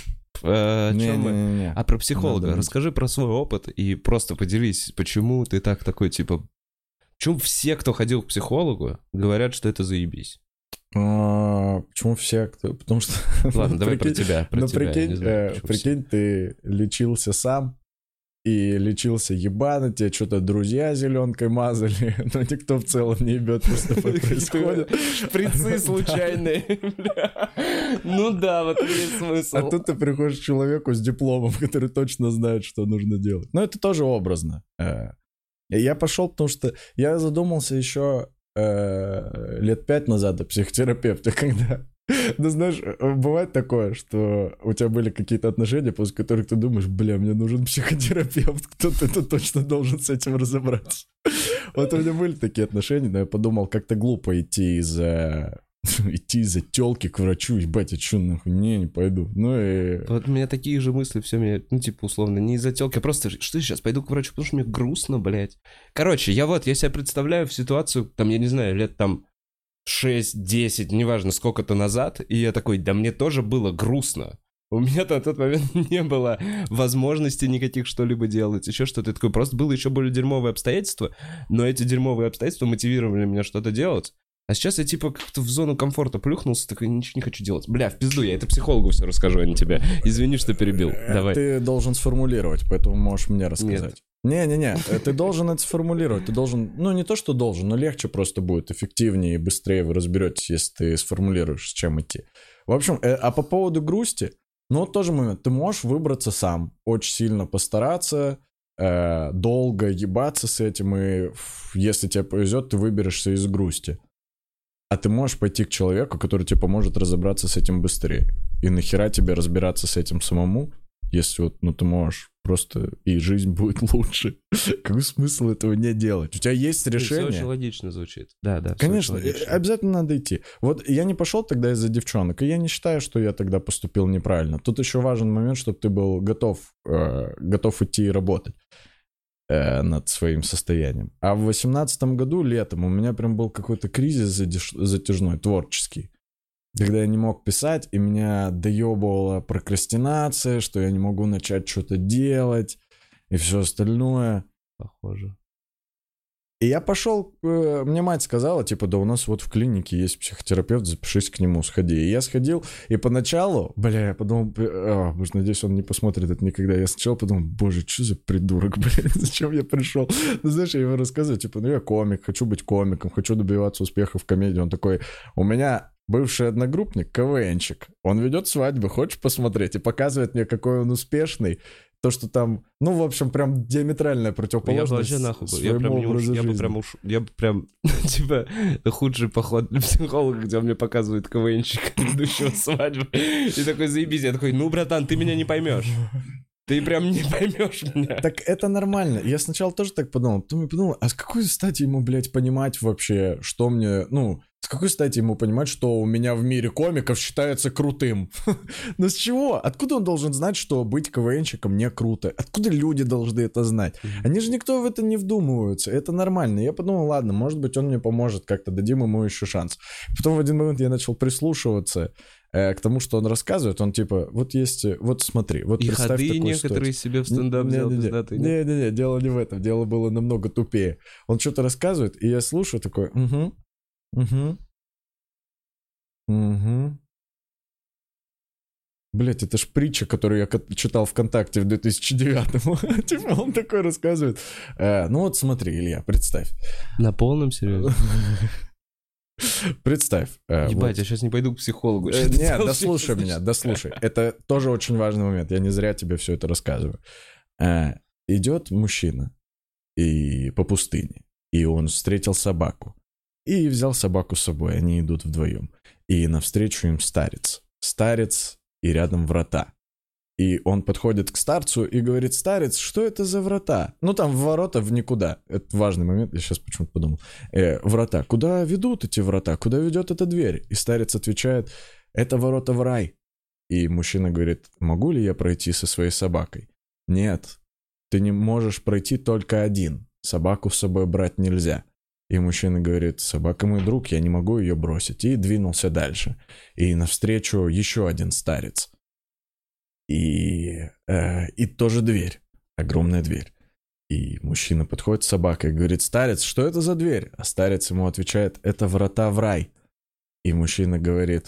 А про психолога? Расскажи про свой опыт и просто поделись, почему ты такой, типа... Почему все, кто ходил к психологу, говорят, что это заебись? Почему все? Потому что... Ладно, давай про тебя. Прикинь, ты лечился сам, и лечился ебано, тебе что-то друзья зеленкой мазали, но никто в целом не ебет, что с тобой происходит. Шприцы случайные. Ну да, вот есть смысл. А тут ты приходишь к человеку с дипломом, который точно знает, что нужно делать. Но это тоже образно. Я пошел, потому что я задумался еще лет 5 назад о психотерапевте, когда... Ну, знаешь, бывает такое, что у тебя были какие-то отношения, после которых ты думаешь, бля, мне нужен психотерапевт, кто-то точно должен с этим разобраться. Вот у меня были такие отношения, но я подумал, как-то глупо идти из-за тёлки к врачу, ебать, я чё нахуй, не пойду. Ну и... Вот у меня такие же мысли, все мне, ну, типа, условно, не из-за тёлки, а просто, что я сейчас пойду к врачу, потому что мне грустно, блядь. Короче, я себя представляю в ситуацию, там, я не знаю, лет там 6-10, неважно, сколько-то назад, и я такой, да мне тоже было грустно. У меня-то на тот момент не было возможности никаких что-либо делать, еще что-то. Такое просто было еще более дерьмовые обстоятельства, но эти дерьмовые обстоятельства мотивировали меня что-то делать. А сейчас я типа как-то в зону комфорта плюхнулся, такой, ничего не хочу делать. Бля, в пизду, я это психологу все расскажу, а не тебе. Извини, что перебил. Давай. Ты должен сформулировать, поэтому можешь мне рассказать. Не-не-не, ты должен это сформулировать. Ты должен, ну не то, что должен, но легче просто будет, эффективнее и быстрее вы разберетесь, если ты сформулируешь, с чем идти. В общем, а по поводу грусти, ну вот тоже момент. Ты можешь выбраться сам, очень сильно постараться, долго ебаться с этим, и если тебе повезет, ты выберешься из грусти. А ты можешь пойти к человеку, который тебе поможет разобраться с этим быстрее. И нахера тебе разбираться с этим самому, если вот, ну, ты можешь просто, и жизнь будет лучше. Какой смысл этого не делать? У тебя есть решение. Все очень логично звучит. Да. Конечно, обязательно надо идти. Вот я не пошел тогда из-за девчонок, и я не считаю, что я тогда поступил неправильно. Тут еще важен момент, чтобы ты был готов идти и работать над своим состоянием. А в 2018 году, летом, у меня прям был какой-то кризис затяжной, творческий. Когда я не мог писать, и меня доебывала прокрастинация, что я не могу начать что-то делать, и все остальное. Похоже. И я пошел, мне мать сказала, типа, да у нас вот в клинике есть психотерапевт, запишись к нему, сходи. И я сходил, и поначалу, я подумал, боже, надеюсь, он не посмотрит это никогда. Я сначала подумал, боже, что за придурок, зачем я пришел? Ну, знаешь, я ему рассказываю, типа, ну я комик, хочу быть комиком, хочу добиваться успеха в комедии. Он такой, у меня бывший одногруппник, КВНчик, он ведет свадьбы, хочешь посмотреть? И показывает мне, какой он успешный. То, что там, ну, в общем, прям диаметральная противоположность своему образу жизни. Я бы прям, типа, худший поход для психолога, где он мне показывает КВНщика, ведущего свадьбы. И такой, заебись. Я такой, ну, братан, ты меня не поймешь. Ты прям не поймешь меня. Так это нормально. Я сначала тоже так подумал. Потом я подумал, а с какой стати ему, блядь, понимать вообще, что мне, ну... С какой стати ему понимать, что у меня в мире комиков считается крутым? Ну с чего? Откуда он должен знать, что быть КВНщиком не круто? Откуда люди должны это знать? Они же никто в это не вдумываются. Это нормально. Я подумал, ладно, может быть, он мне поможет как-то, дадим ему еще шанс. Потом в один момент я начал прислушиваться к тому, что он рассказывает. Он типа, вот есть, вот смотри, вот и представь ходы такую некоторые себе в стендап делал пиздатый. Не-не-не, дело не в этом. Дело было намного тупее. Он что-то рассказывает, и я слушаю такой, Блять, это ж притча, которую я читал ВКонтакте в 2009-м. Типа он такой рассказывает. Ну вот смотри, Илья, представь. На полном серьезе? Представь. Ебать, я сейчас не пойду к психологу. Нет, дослушай меня, дослушай. Это тоже очень важный момент. Я не зря тебе все это рассказываю. Идет мужчина и по пустыне, и он встретил собаку. И взял собаку с собой, они идут вдвоем. И навстречу им старец. Старец, и рядом врата. И он подходит к старцу и говорит, старец, что это за врата? Ну там ворота в никуда. Это важный момент, я сейчас почему-то подумал. Врата. Куда ведут эти врата? Куда ведет эта дверь? И старец отвечает, это ворота в рай. И мужчина говорит, могу ли я пройти со своей собакой? Нет, ты не можешь пройти только один. Собаку с собой брать нельзя. И мужчина говорит, собака мой друг, я не могу ее бросить. И двинулся дальше. И навстречу еще один старец. И тоже дверь. Огромная дверь. И мужчина подходит с собакой и говорит, старец, что это за дверь? А старец ему отвечает, это врата в рай. И мужчина говорит: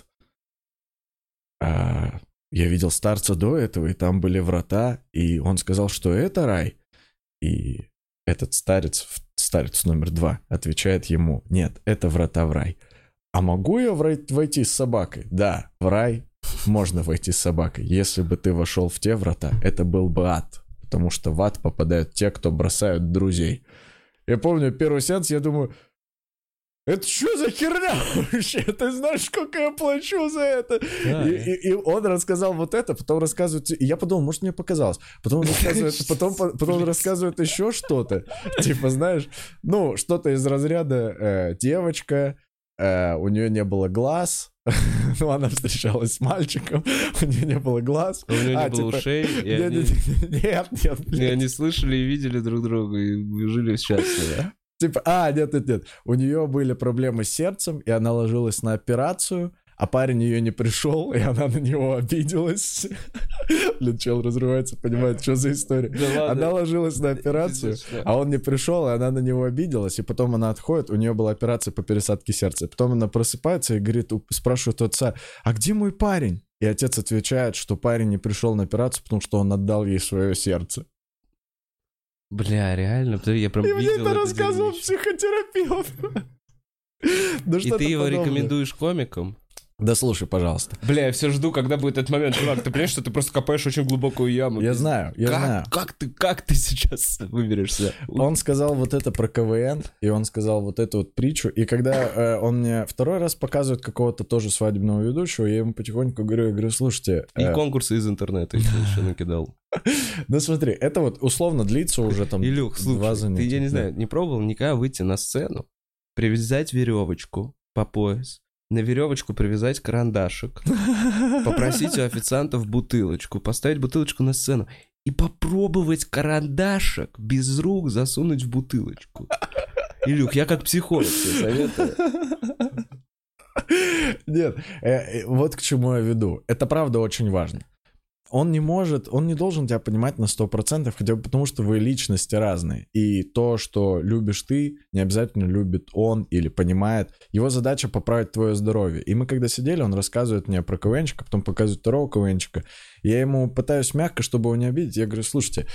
я видел старца до этого, и там были врата, и он сказал, что это рай. И этот старец номер 2, отвечает ему: нет, это врата в рай. А могу я войти с собакой? Да, в рай можно войти с собакой. Если бы ты вошел в те врата, это был бы ад. Потому что в ад попадают те, кто бросают друзей. Я помню первый сеанс, я думаю: это что за херня вообще? Ты знаешь, сколько я плачу за это? Да, и он рассказал вот это, потом рассказывает... И я подумал, может, мне показалось. Потом он рассказывает еще что-то. Типа, знаешь, ну, что-то из разряда девочка, у нее не было глаз. Ну, она встречалась с мальчиком, у нее не было глаз. У нее не было ушей. Нет. И они слышали и видели друг друга, и жили счастливо. Типа, нет. У нее были проблемы с сердцем, и она ложилась на операцию, а парень ее не пришел, и она на него обиделась. Блин, чел разрывается, понимает, что за история. Да, она ложилась на операцию, а он не пришел, и она на него обиделась, и потом она отходит, у нее была операция по пересадке сердца. Потом она просыпается и говорит, спрашивает у отца: а где мой парень? И отец отвечает, что парень не пришел на операцию, потому что он отдал ей свое сердце. Бля, реально? Я прям видел мне это рассказывал психотерапевт. И ты его рекомендуешь комикам? Да слушай, пожалуйста. Бля, я все жду, когда будет этот момент. Чувак, ты понимаешь, что ты просто копаешь очень глубокую яму? Я знаю. Как ты сейчас выберешься? Он сказал вот это про КВН, и он сказал вот эту вот притчу. И когда он мне второй раз показывает какого-то тоже свадебного ведущего, я ему потихоньку говорю, слушайте... И конкурсы из интернета еще накидал. Ну смотри, это вот условно длится уже там Илюх, слушай, ты, я не знаю, не пробовал никогда выйти на сцену, привязать веревочку по пояс, на веревочку привязать карандашик, попросить у официантов бутылочку, поставить бутылочку на сцену и попробовать карандашик без рук засунуть в бутылочку. Илюх, я как психолог тебе советую. Нет, вот к чему я веду. Это правда очень важно. Он не должен тебя понимать на 100%, хотя бы потому, что вы личности разные. И то, что любишь ты, не обязательно любит он или понимает. Его задача поправить твое здоровье. И мы когда сидели, он рассказывает мне про КВНчика, потом показывает второго КВНчика. Я ему пытаюсь мягко, чтобы его не обидеть. Я говорю, слушайте,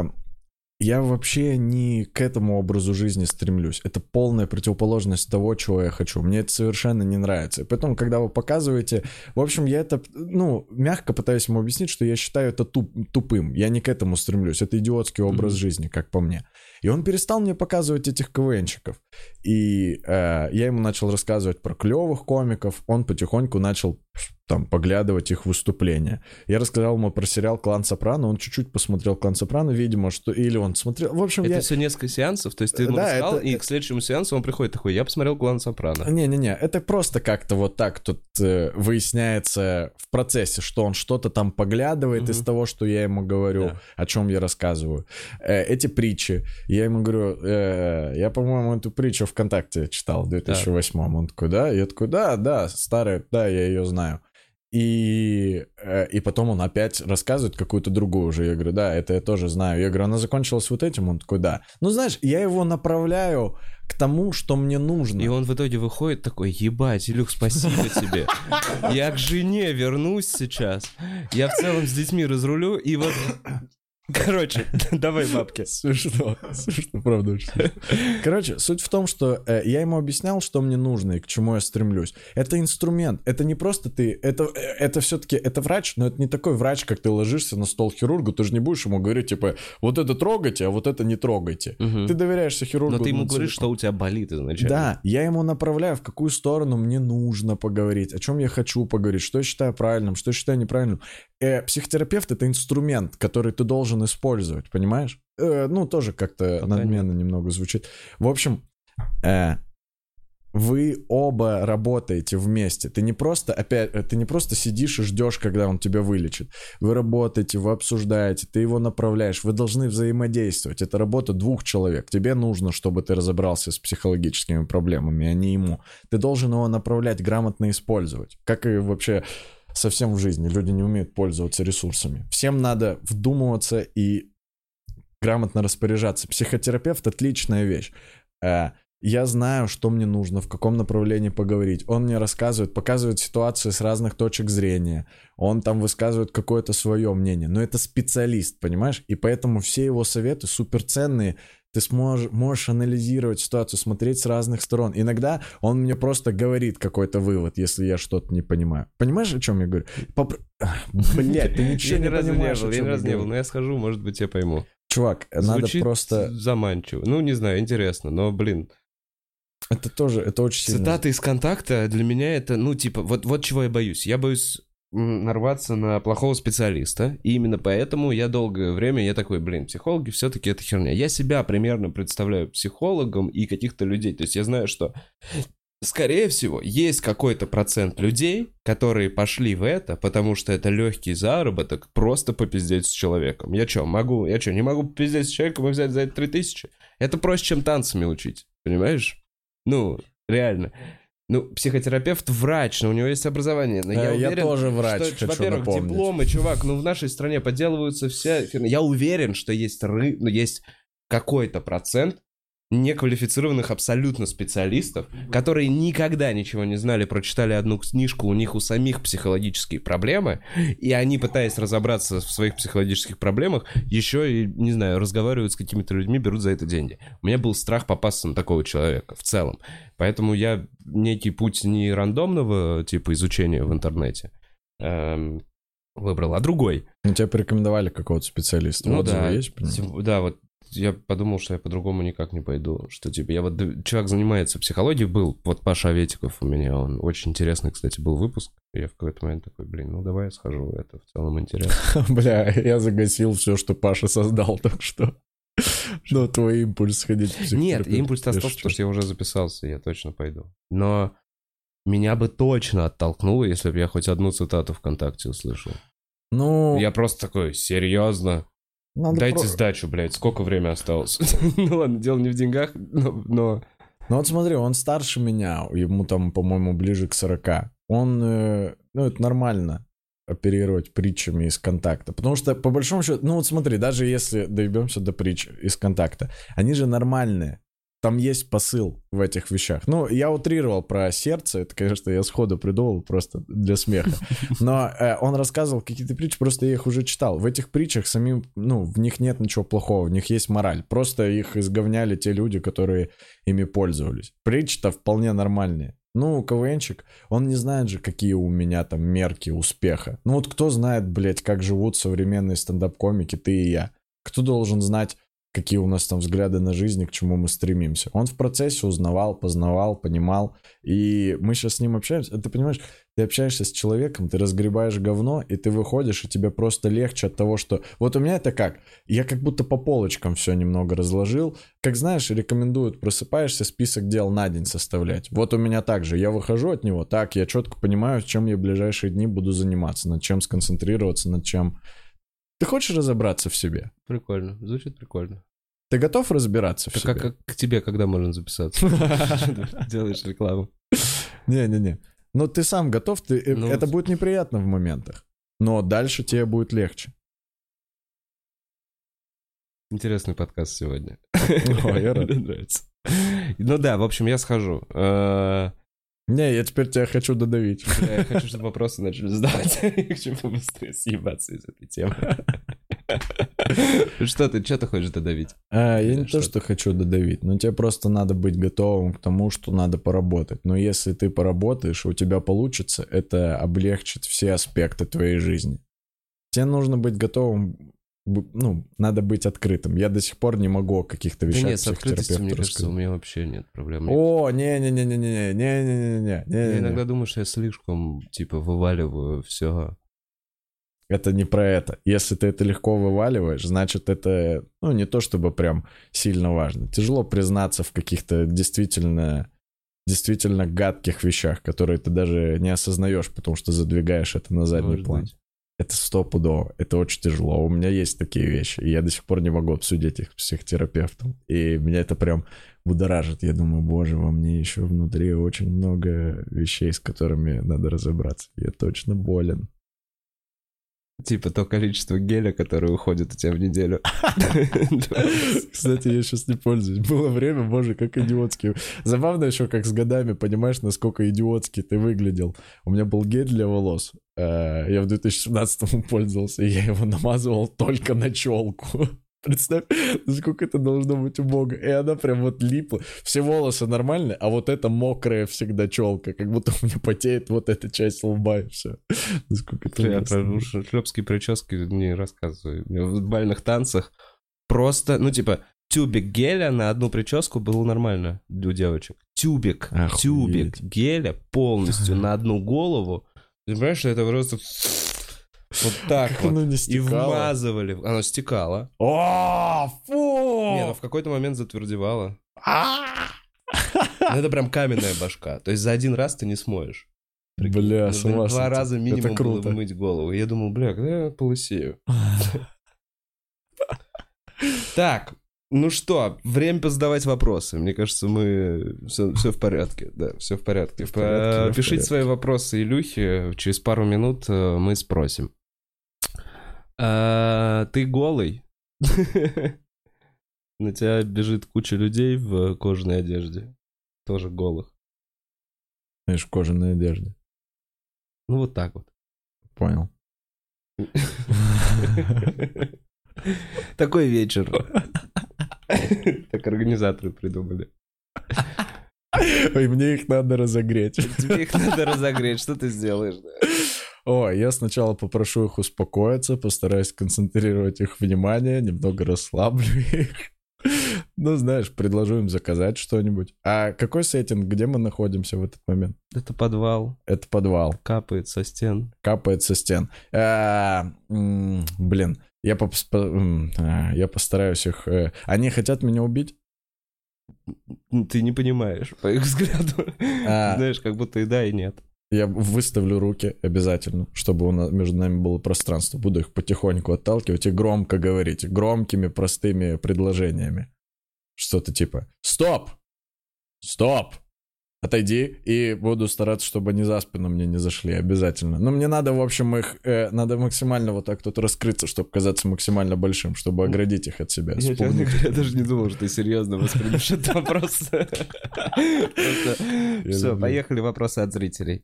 я вообще не к этому образу жизни стремлюсь. Это полная противоположность того, чего я хочу. Мне это совершенно не нравится. И поэтому, когда вы показываете... В общем, я это, мягко пытаюсь ему объяснить, что я считаю это тупым. Я не к этому стремлюсь. Это идиотский образ жизни, как по мне. И он перестал мне показывать этих КВНчиков. И я ему начал рассказывать про клевых комиков. Он потихоньку начал там поглядывать их выступления. Я рассказал ему про сериал «Клан Сопрано», он чуть-чуть посмотрел «Клан Сопрано», видимо, что... Или он смотрел... В общем, это все несколько сеансов? То есть ты ему рассказал, и к следующему сеансу он приходит такой: я посмотрел «Клан Сопрано». Не-не-не, это просто как-то вот так тут выясняется в процессе, что он что-то там поглядывает из того, что я ему говорю, о чем я рассказываю. Эти притчи. Я ему говорю, я, по-моему, эту притчу ВКонтакте читал в 2008-м. Он такой, да? Я такой, да, старая, да, я ее знаю. И потом он опять рассказывает какую-то другую уже. Я говорю, да, это я тоже знаю. Я говорю, она закончилась вот этим? Он такой, да. Ну, знаешь, я его направляю к тому, что мне нужно. И он в итоге выходит такой: ебать, Илюх, спасибо тебе. Я к жене вернусь сейчас. Я в целом с детьми разрулю, и вот... Короче, давай бабки. Смешно, правда очень смешно. Короче, суть в том, что я ему объяснял, что мне нужно и к чему я стремлюсь. Это инструмент, это не просто ты, это все-таки, это врач, но это не такой врач, как ты ложишься на стол хирургу, ты же не будешь ему говорить, типа, вот это трогайте, а вот это не трогайте. Ты доверяешься хирургу. Но ты ему говоришь, что у тебя болит изначально. Да, я ему направляю, в какую сторону мне нужно поговорить, о чем я хочу поговорить, что я считаю правильным, что я считаю неправильным. Психотерапевт — это инструмент, который ты должен использовать, понимаешь? Тоже как-то надменно немного звучит. В общем, вы оба работаете вместе. Ты не просто сидишь и ждешь, когда он тебя вылечит. Вы работаете, вы обсуждаете, ты его направляешь. Вы должны взаимодействовать. Это работа двух человек. Тебе нужно, чтобы ты разобрался с психологическими проблемами, а не ему. Ты должен его направлять, грамотно использовать. Как и вообще... Совсем в жизни. Люди не умеют пользоваться ресурсами. Всем надо вдумываться и грамотно распоряжаться. Психотерапевт — отличная вещь. Я знаю, что мне нужно, в каком направлении поговорить. Он мне рассказывает, показывает ситуации с разных точек зрения. Он там высказывает какое-то свое мнение. Но это специалист, понимаешь? И поэтому все его советы суперценные. Ты можешь анализировать ситуацию, смотреть с разных сторон. Иногда он мне просто говорит какой-то вывод, если я что-то не понимаю. Понимаешь, о чем я говорю? Блять, ты ничего не понимаешь. Я ни разу не был, но я схожу, может быть, я пойму. Чувак, надо просто... заманчиво. Ну, не знаю, интересно, но, блин... Это тоже, это очень сильно. Цитаты из «Контакта» для меня это, ну, типа, вот чего я боюсь. Я боюсь нарваться на плохого специалиста, и именно поэтому я долгое время, я такой, блин, психологи все-таки это херня. Я себя примерно представляю психологом и каких-то людей, то есть я знаю, что, скорее всего, есть какой-то процент людей, которые пошли в это, потому что это легкий заработок, просто попиздеть с человеком. Я что, не могу попиздеть с человеком и взять за это 3000? Это проще, чем танцами учить, понимаешь? Ну, реально. Ну, психотерапевт врач, но у него есть образование. Но я уверен, тоже врач, что, хочу во-первых, напомнить. дипломы, чувак, ну в нашей стране подделываются вся фирма. Я уверен, что есть какой-то процент неквалифицированных абсолютно специалистов, которые никогда ничего не знали, прочитали одну книжку, у них у самих психологические проблемы, и они, пытаясь разобраться в своих психологических проблемах, еще и, не знаю, разговаривают с какими-то людьми, берут за это деньги. У меня был страх попасться на такого человека в целом. Поэтому я некий путь не рандомного типа изучения в интернете выбрал, а другой. Ну, тебе порекомендовали какого-то специалиста. Ну отзывы да, есть? Да, вот я подумал, что я по-другому никак не пойду. Что типа, человек занимается психологией, был, вот Паша Аветиков у меня, он очень интересный, кстати, был выпуск. И я в какой-то момент такой, блин, ну давай я схожу, это в целом интересно. Бля, я загасил все, что Паша создал, так что... Ну, твой импульс сходить в психотерапевт. Нет, импульс остался, потому что я уже записался, я точно пойду. Но меня бы точно оттолкнуло, если бы я хоть одну цитату ВКонтакте услышал. Ну... Я просто такой, серьезно? Дайте сдачу, блядь, сколько времени осталось? Ну ладно, дело не в деньгах, но... Ну вот смотри, он старше меня, ему там, по-моему, ближе к 40. Он, ну это нормально, оперировать притчами из «Контакта». Потому что, по большому счету, ну вот смотри, даже если доебемся до притч из «Контакта», они же нормальные. Там есть посыл в этих вещах. Ну, я утрировал про сердце, это, конечно, я сходу придумал просто для смеха. Но он рассказывал какие-то притчи, просто я их уже читал. В этих притчах самим, ну, в них нет ничего плохого, в них есть мораль. Просто их изговняли те люди, которые ими пользовались. Притчи-то вполне нормальные. Ну, КВНчик, он не знает же, какие у меня там мерки успеха. Ну вот кто знает, блядь, как живут современные стендап-комики, ты и я. Кто должен знать, какие у нас там взгляды на жизнь, к чему мы стремимся. Он в процессе узнавал, познавал, понимал. И мы сейчас с ним общаемся. Ты понимаешь, ты общаешься с человеком, ты разгребаешь говно, и ты выходишь, и тебе просто легче от того, что... Вот у меня это как? Я как будто по полочкам все немного разложил. Как знаешь, рекомендуют, просыпаешься, список дел на день составлять. Вот у меня так же. Я выхожу от него, так, я четко понимаю, чем я в ближайшие дни буду заниматься, над чем сконцентрироваться, над чем... Ты хочешь разобраться в себе? Прикольно, звучит прикольно. Ты готов разбираться в себе? Как к тебе когда можно записаться? Делаешь рекламу. Не-не-не. Ну, ты сам готов, это будет неприятно в моментах. Но дальше тебе будет легче. Интересный подкаст сегодня. Ой, я рад. Мне нравится. Ну да, в общем, я схожу. Не, я теперь тебя хочу додавить. Я хочу, чтобы вопросы начали задавать. Я хочу побыстрее съебаться из этой темы. Что ты хочешь додавить? Я не то, что хочу додавить, но тебе просто надо быть готовым к тому, что надо поработать. Но если ты поработаешь, у тебя получится, это облегчит все аспекты твоей жизни. Тебе нужно быть готовым, ну, надо быть открытым. Я до сих пор не могу о каких-то вещах да нет, с открытостью, мне кажется, у меня вообще нет проблем. О, не-не-не-не-не-не-не-не-не. Я иногда думаю, что я слишком, типа, вываливаю все. Это не про это. Если ты это легко вываливаешь, значит, это, ну, не то чтобы прям сильно важно. Тяжело признаться в каких-то действительно гадких вещах, которые ты даже не осознаешь, потому что задвигаешь это на задний план. Это стопудово, это очень тяжело. У меня есть такие вещи, и я до сих пор не могу обсудить их с психотерапевтом. И меня это прям будоражит. Я думаю, боже, во мне еще внутри очень много вещей, с которыми надо разобраться. Я точно болен. Типа то количество геля, которое уходит у тебя в неделю. Кстати, я сейчас не пользуюсь. Было время, боже, как идиотский. Забавно еще, как с годами понимаешь, насколько идиотский ты выглядел. У меня был гель для волос. Я в 2017-м пользовался, и я его намазывал только на челку. Представь, насколько это должно быть убого. И она прям вот липла. Все волосы нормальные, а вот эта мокрая всегда челка. Как будто у меня потеет вот эта часть лба, и все. Насколько это Я про шлепские прически не рассказываю. В бальных танцах просто, ну типа, тюбик геля на одну прическу было нормально у девочек. Тюбик геля полностью на одну голову. Ты понимаешь, что это просто... Вот так как вот. оно не И стекало? вмазывали. Оно стекало. О, фу! Не, ну в какой-то момент затвердевало. Ну, это прям каменная башка. То есть за один раз ты не смоешь. Бля, с ума 2 раза сойти. минимум Это круто. было мыть голову. И я думал, бля, когда я полысею? Так, ну что, время позадавать вопросы. Мне кажется, мы... Все в порядке. Да, все в порядке. Пишите свои вопросы Илюхе. Через пару минут мы спросим. Ты голый? На тебя бежит куча людей в кожаной одежде. Тоже голых. Знаешь, в кожаной одежде. Ну, вот так вот. Понял. Такой вечер. Так организаторы придумали. Ой, мне их надо разогреть. Тебе их надо разогреть. Что ты сделаешь? О, я сначала попрошу их успокоиться, постараюсь концентрировать их внимание, немного расслаблю их. Ну, знаешь, предложу им заказать что-нибудь. А какой сеттинг, где мы находимся в этот момент? Это подвал. Это подвал. Капает со стен. Капает со стен. Блин, я постараюсь их... Они хотят меня убить? Ты не понимаешь, по их взгляду. Знаешь, как будто и да, и нет. Я выставлю руки обязательно, чтобы между нами было пространство. Буду их потихоньку отталкивать и громко говорить. Громкими, простыми предложениями. Что-то типа «Стоп! Стоп! Отойди!» И буду стараться, чтобы они за спину мне не зашли обязательно. Но мне надо, в общем, их... надо максимально вот так тут раскрыться, чтобы казаться максимально большим, чтобы оградить их от себя. Я даже не думал, что ты серьезно воспримешь этот вопрос. Все, поехали, вопросы от зрителей.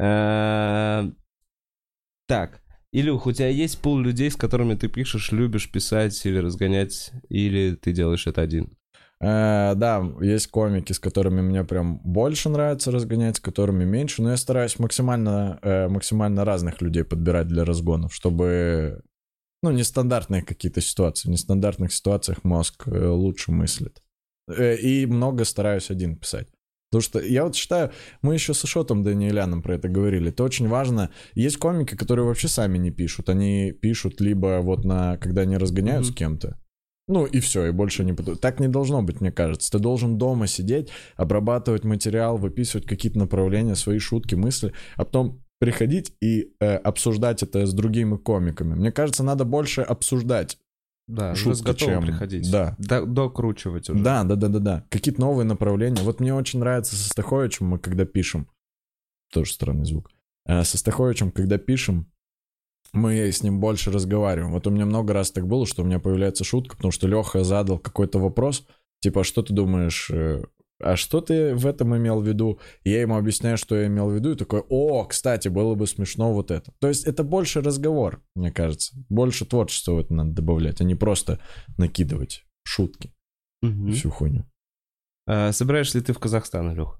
Так, Илюх, у тебя есть пул людей, с которыми ты пишешь, любишь писать или разгонять, или ты делаешь это один? Да, есть комики, с которыми мне прям больше нравится разгонять, с которыми меньше, но я стараюсь максимально разных людей подбирать для разгонов, чтобы, нестандартные какие-то ситуации. В нестандартных ситуациях мозг лучше мыслит. И много стараюсь один писать. Потому что я вот считаю, мы еще с Ишотом Даниэляном про это говорили, это очень важно. Есть комики, которые вообще сами не пишут, они пишут либо вот когда они разгоняют с кем-то, и все, и больше не... Так не должно быть, мне кажется. Ты должен дома сидеть, обрабатывать материал, выписывать какие-то направления, свои шутки, мысли, а потом приходить и обсуждать это с другими комиками. Мне кажется, надо больше обсуждать шутки, уже с готовым приходить. Да. Докручивать уже. Да. Какие-то новые направления. Вот мне очень нравится со Стаховичем мы когда пишем... Тоже странный звук. Со Стаховичем, когда пишем, мы с ним больше разговариваем. Вот у меня много раз так было, что у меня появляется шутка, потому что Леха задал какой-то вопрос, типа, что ты думаешь, а что ты в этом имел в виду? Я ему объясняю, что я имел в виду, и такой, кстати, было бы смешно вот это. То есть это больше разговор, мне кажется. Больше творчества в это надо добавлять, а не просто накидывать шутки. Всю хуйню. Собираешься ли ты в Казахстан, Илюх?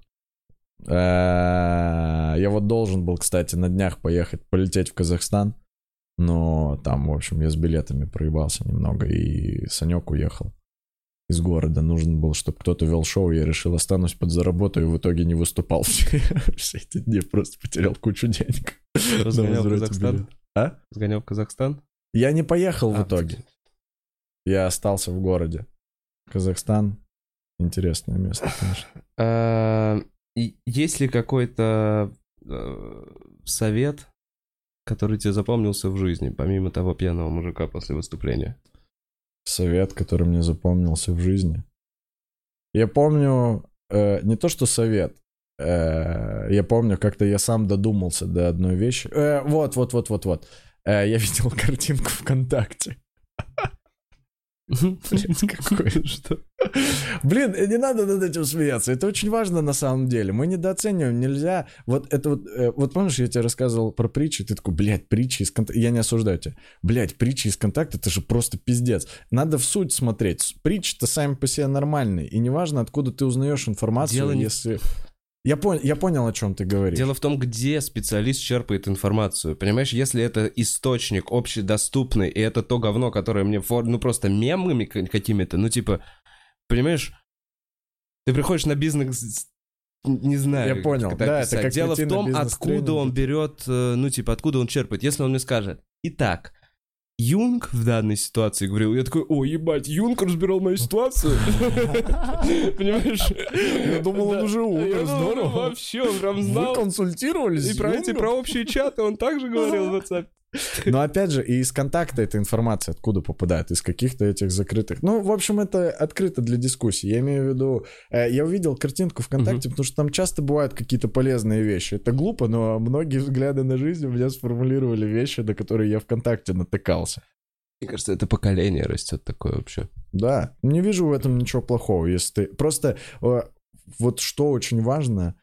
Я вот должен был, кстати, на днях полететь в Казахстан. Но там, в общем, я с билетами проебался немного, и Санек уехал из города. Нужен был, чтобы кто-то вел шоу, я решил, останусь подзаработаю, и в итоге не выступал все эти дни, просто потерял кучу денег. Сгонял в Казахстан? Сгонял в Казахстан? Я не поехал в итоге. Я остался в городе. Казахстан — интересное место, конечно. Есть ли какой-то совет, который тебе запомнился в жизни, помимо того пьяного мужика после выступления? Совет, который мне запомнился в жизни? Я помню, не то что совет, я помню, как-то я сам додумался до одной вещи. Вот. Я видел картинку ВКонтакте. Какое что? Блин, не надо над этим смеяться. Это очень важно на самом деле. Мы недооцениваем, нельзя. Вот это вот помнишь, я тебе рассказывал про притчи, ты такой, блядь, притчи из контакта. Я не осуждаю тебя. Блядь, притчи из контакта, это же просто пиздец. Надо в суть смотреть. Притчи-то сами по себе нормальные. И неважно, откуда ты узнаешь информацию, если... Я понял, о чем ты говоришь. Дело в том, где специалист черпает информацию. Понимаешь, если это источник общедоступный, и это то говно, которое мне просто мемами какими-то, понимаешь, ты приходишь на бизнес, не знаю, я понял. Как это описать. Дело в том, откуда он берет, откуда он черпает. Если он мне скажет, итак, Юнг в данной ситуации говорил, я такой, о, ебать, Юнг разбирал мою ситуацию. Понимаешь? Я думал, он уже умер, здорово. Вообще, он прям знал. Вы консультировались и про общие чаты он также говорил в WhatsApp. Но опять же, и из контакта эта информация откуда попадает? Из каких-то этих закрытых... Ну, в общем, это открыто для дискуссии. Я имею в виду... Я увидел картинку ВКонтакте, потому что там часто бывают какие-то полезные вещи. Это глупо, но многие взгляды на жизнь у меня сформулировали вещи, на которые я ВКонтакте натыкался. Мне кажется, это поколение растет такое вообще. Да, не вижу в этом ничего плохого. Если ты... Просто вот что очень важно...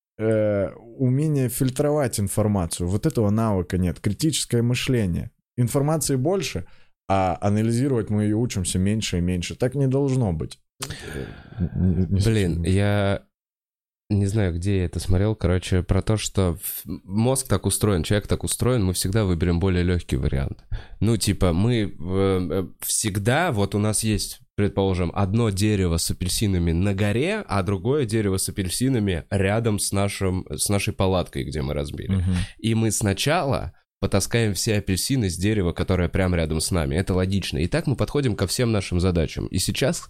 умение фильтровать информацию. Вот этого навыка нет. Критическое мышление. Информации больше, а анализировать мы ее учимся меньше и меньше. Так не должно быть. Блин, я не знаю, где я это смотрел. Короче, про то, что мозг так устроен, человек так устроен, мы всегда выберем более легкий вариант. Мы всегда, вот у нас есть... Предположим, одно дерево с апельсинами на горе, а другое дерево с апельсинами рядом с нашей палаткой, где мы разбили. И мы сначала потаскаем все апельсины с дерева, которое прямо рядом с нами. Это логично. И так мы подходим ко всем нашим задачам. И сейчас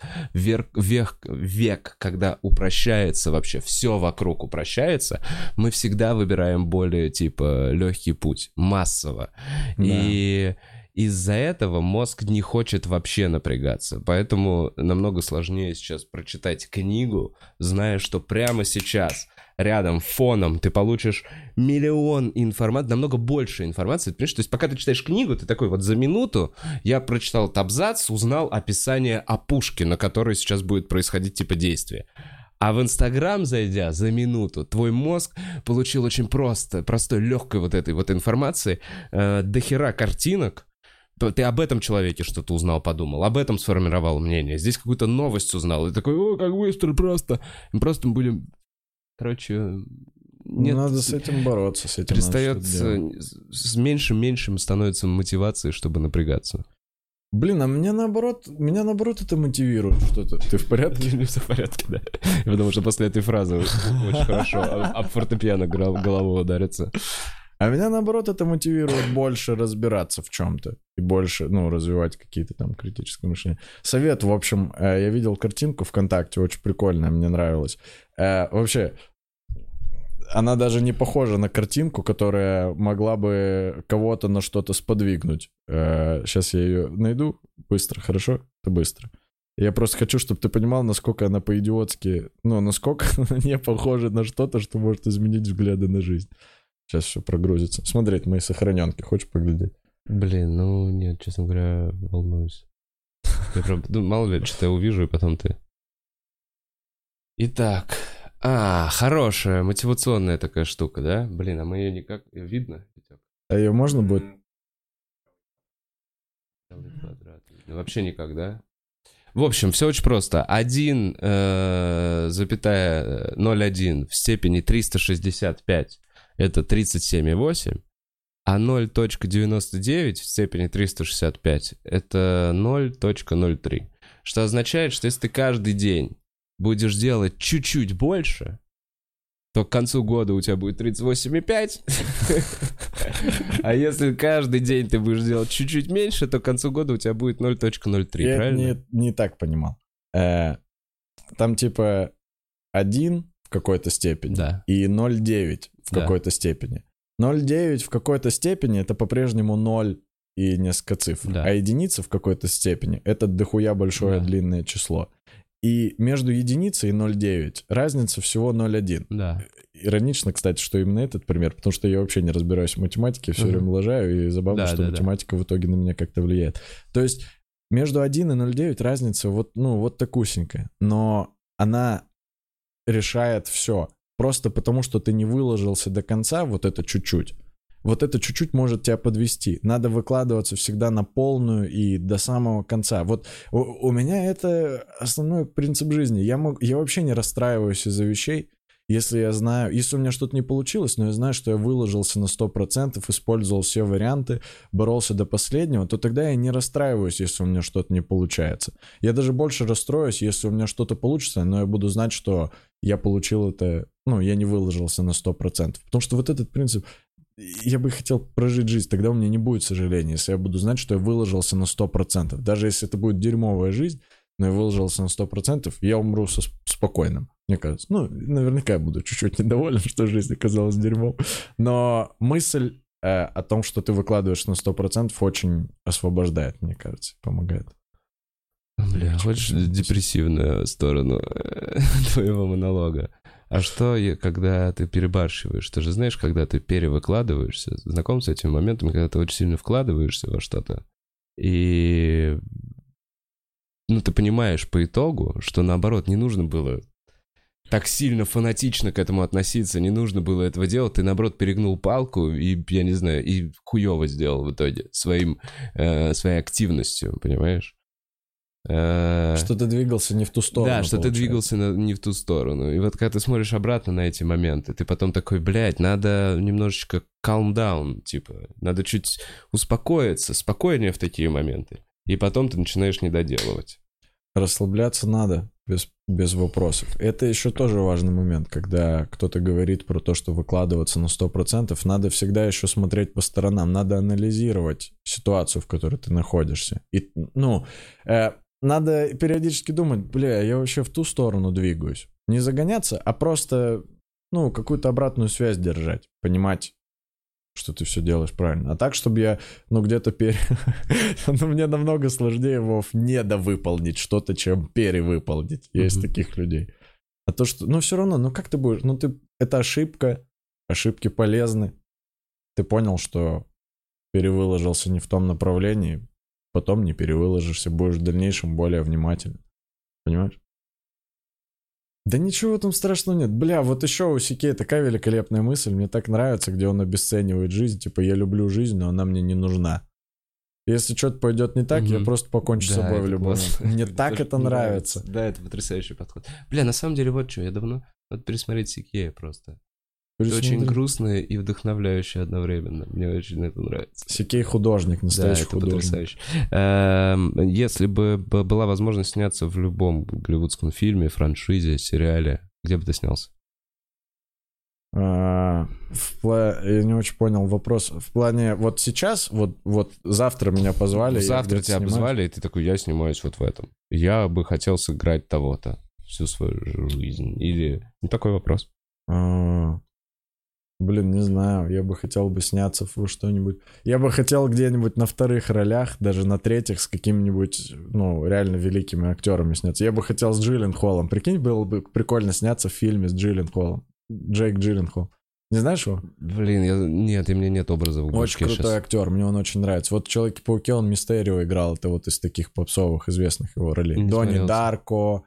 век, когда упрощается вообще, все вокруг упрощается, мы всегда выбираем более, легкий путь, массово. Да. И... Из-за этого мозг не хочет вообще напрягаться. Поэтому намного сложнее сейчас прочитать книгу, зная, что прямо сейчас рядом фоном ты получишь миллион информации, намного больше информации. Понимаешь? То есть пока ты читаешь книгу, ты такой вот за минуту, я прочитал этот абзац, узнал описание опушки, на которой сейчас будет происходить действие. А в Инстаграм, зайдя за минуту, твой мозг получил очень простой, легкой вот этой вот информации, дохера картинок. Ты об этом человеке что-то узнал, подумал, об этом сформировал мнение, здесь какую-то новость узнал, и такой, о, как быстро, просто будем, короче... Нет, надо с этим бороться, с этим перестается, с меньшим становится мотивацией, чтобы напрягаться. Блин, а меня наоборот это мотивирует что-то. Ты в порядке? Все в порядке, да. Потому что после этой фразы очень хорошо об фортепиано головой ударится. А меня, наоборот, это мотивирует больше разбираться в чем-то и больше, развивать какие-то там критические мышления. Совет, в общем, я видел картинку ВКонтакте, очень прикольная, мне нравилась. Вообще, она даже не похожа на картинку, которая могла бы кого-то на что-то сподвигнуть. Сейчас я ее найду быстро, хорошо? Это быстро. Я просто хочу, чтобы ты понимал, насколько она по-идиотски, насколько она не похожа на что-то, что может изменить взгляды на жизнь. Сейчас все прогрузится. Смотреть мои сохраненки. Хочешь поглядеть? Блин, нет, честно говоря, волнуюсь. Я прям, мало ли, что я увижу, и потом ты... Итак. Хорошая, мотивационная такая штука, да? Блин, а мы ее никак... Ее видно? А ее можно будет... Вообще никак, да? В общем, все очень просто. 1,01 в степени 365 это 37,8, а 0,99 в степени 365 это 0,03. Что означает, что если ты каждый день будешь делать чуть-чуть больше, то к концу года у тебя будет 38,5. А если каждый день ты будешь делать чуть-чуть меньше, то к концу года у тебя будет 0,03, правильно? Я не так понимал. Там 1 в какой-то степени, да, и 0,9 в какой-то степени. 0,9 в какой-то степени это по-прежнему 0 и несколько цифр. Да. А единица в какой-то степени это дохуя большое длинное число. И между единицей и 0,9 разница всего 0,1. Да. Иронично, кстати, что именно этот пример, потому что я вообще не разбираюсь в математике, все время лажаю, и забавно, что математика в итоге на меня как-то влияет. То есть между 1 и 0,9 разница вот такусенькая, но она решает все. Просто потому, что ты не выложился до конца, вот это чуть-чуть может тебя подвести. Надо выкладываться всегда на полную и до самого конца. Вот у меня это основной принцип жизни. Я вообще не расстраиваюсь из-за вещей, если у меня что-то не получилось, но я знаю, что я выложился на 100%, использовал все варианты, боролся до последнего, то тогда я не расстраиваюсь, если у меня что-то не получается. Я даже больше расстроюсь, если у меня что-то получится, но я буду знать, что я получил это, я не выложился на 100%. Потому что вот этот принцип... Я бы хотел прожить жизнь, тогда у меня не будет сожаления, если я буду знать, что я выложился на 100%. Даже если это будет дерьмовая жизнь, но я выложился на 100%, я умру спокойным, мне кажется. Наверняка я буду чуть-чуть недоволен, что жизнь оказалась дерьмом. Но мысль о том, что ты выкладываешь на 100%, очень освобождает, мне кажется, помогает. Бля, хочешь депрессивную сторону твоего монолога? А что, когда ты перебарщиваешь? Ты же знаешь, когда ты перевыкладываешься, знаком с этими моментами, когда ты очень сильно вкладываешься во что-то, и ты понимаешь по итогу, что наоборот, не нужно было так сильно фанатично к этому относиться, не нужно было этого делать, ты наоборот перегнул палку и, я не знаю, и хуёво сделал в итоге своей активностью, понимаешь? Что ты двигался не в ту сторону. Да, что ты двигался не в ту сторону. И вот когда ты смотришь обратно на эти моменты, ты потом такой, надо немножечко calm down, надо чуть успокоиться, спокойнее в такие моменты. И потом ты начинаешь недоделывать. Расслабляться надо, без вопросов. Это еще тоже важный момент, когда кто-то говорит про то, что выкладываться на 100%, надо всегда еще смотреть по сторонам, надо анализировать ситуацию, в которой ты находишься. И, надо периодически думать, я вообще в ту сторону двигаюсь. Не загоняться, а просто, какую-то обратную связь держать. Понимать, что ты все делаешь правильно. А так, чтобы я, где-то мне намного сложнее, Вов, недовыполнить что-то, чем перевыполнить. Есть таких людей. А то, что, все равно, как ты будешь? Это ошибка, ошибки полезны. Ты понял, что перевыложился не в том направлении, потом не перевыложишься, будешь в дальнейшем более внимательным. Понимаешь? Да ничего в этом страшного нет. Вот еще у Сикея такая великолепная мысль, мне так нравится, где он обесценивает жизнь. Я люблю жизнь, но она мне не нужна. Если что-то пойдет не так, я просто покончу с собой в любой момент. Мне так это нравится. Да, это потрясающий подход. На самом деле, вот что, я давно... Надо пересмотреть Сикея просто. Это очень грустное и вдохновляющее одновременно. Мне очень это нравится. Сикей художник, настоящий художник. Если бы была возможность сняться в любом голливудском фильме, франшизе, сериале, где бы ты снялся? Я не очень понял вопрос. В плане, вот сейчас, вот завтра меня позвали. Завтра тебя позвали, и ты такой, я снимаюсь вот в этом. Я бы хотел сыграть того-то всю свою жизнь. Или не такой вопрос. Не знаю, я бы хотел сняться во что-нибудь. Я бы хотел где-нибудь на вторых ролях, даже на третьих, с какими-нибудь, реально великими актерами сняться. Я бы хотел с Джилленхолом. Прикинь, было бы прикольно сняться в фильме с Джилленхолом. Джейк Джилленхол. Не знаешь его? Нет, и мне нет образа в Очень крутой актер, мне он очень нравится. Вот в «Человеке-пауке» он Мистерио играл, это вот из таких попсовых известных его ролей. Донни Дарко,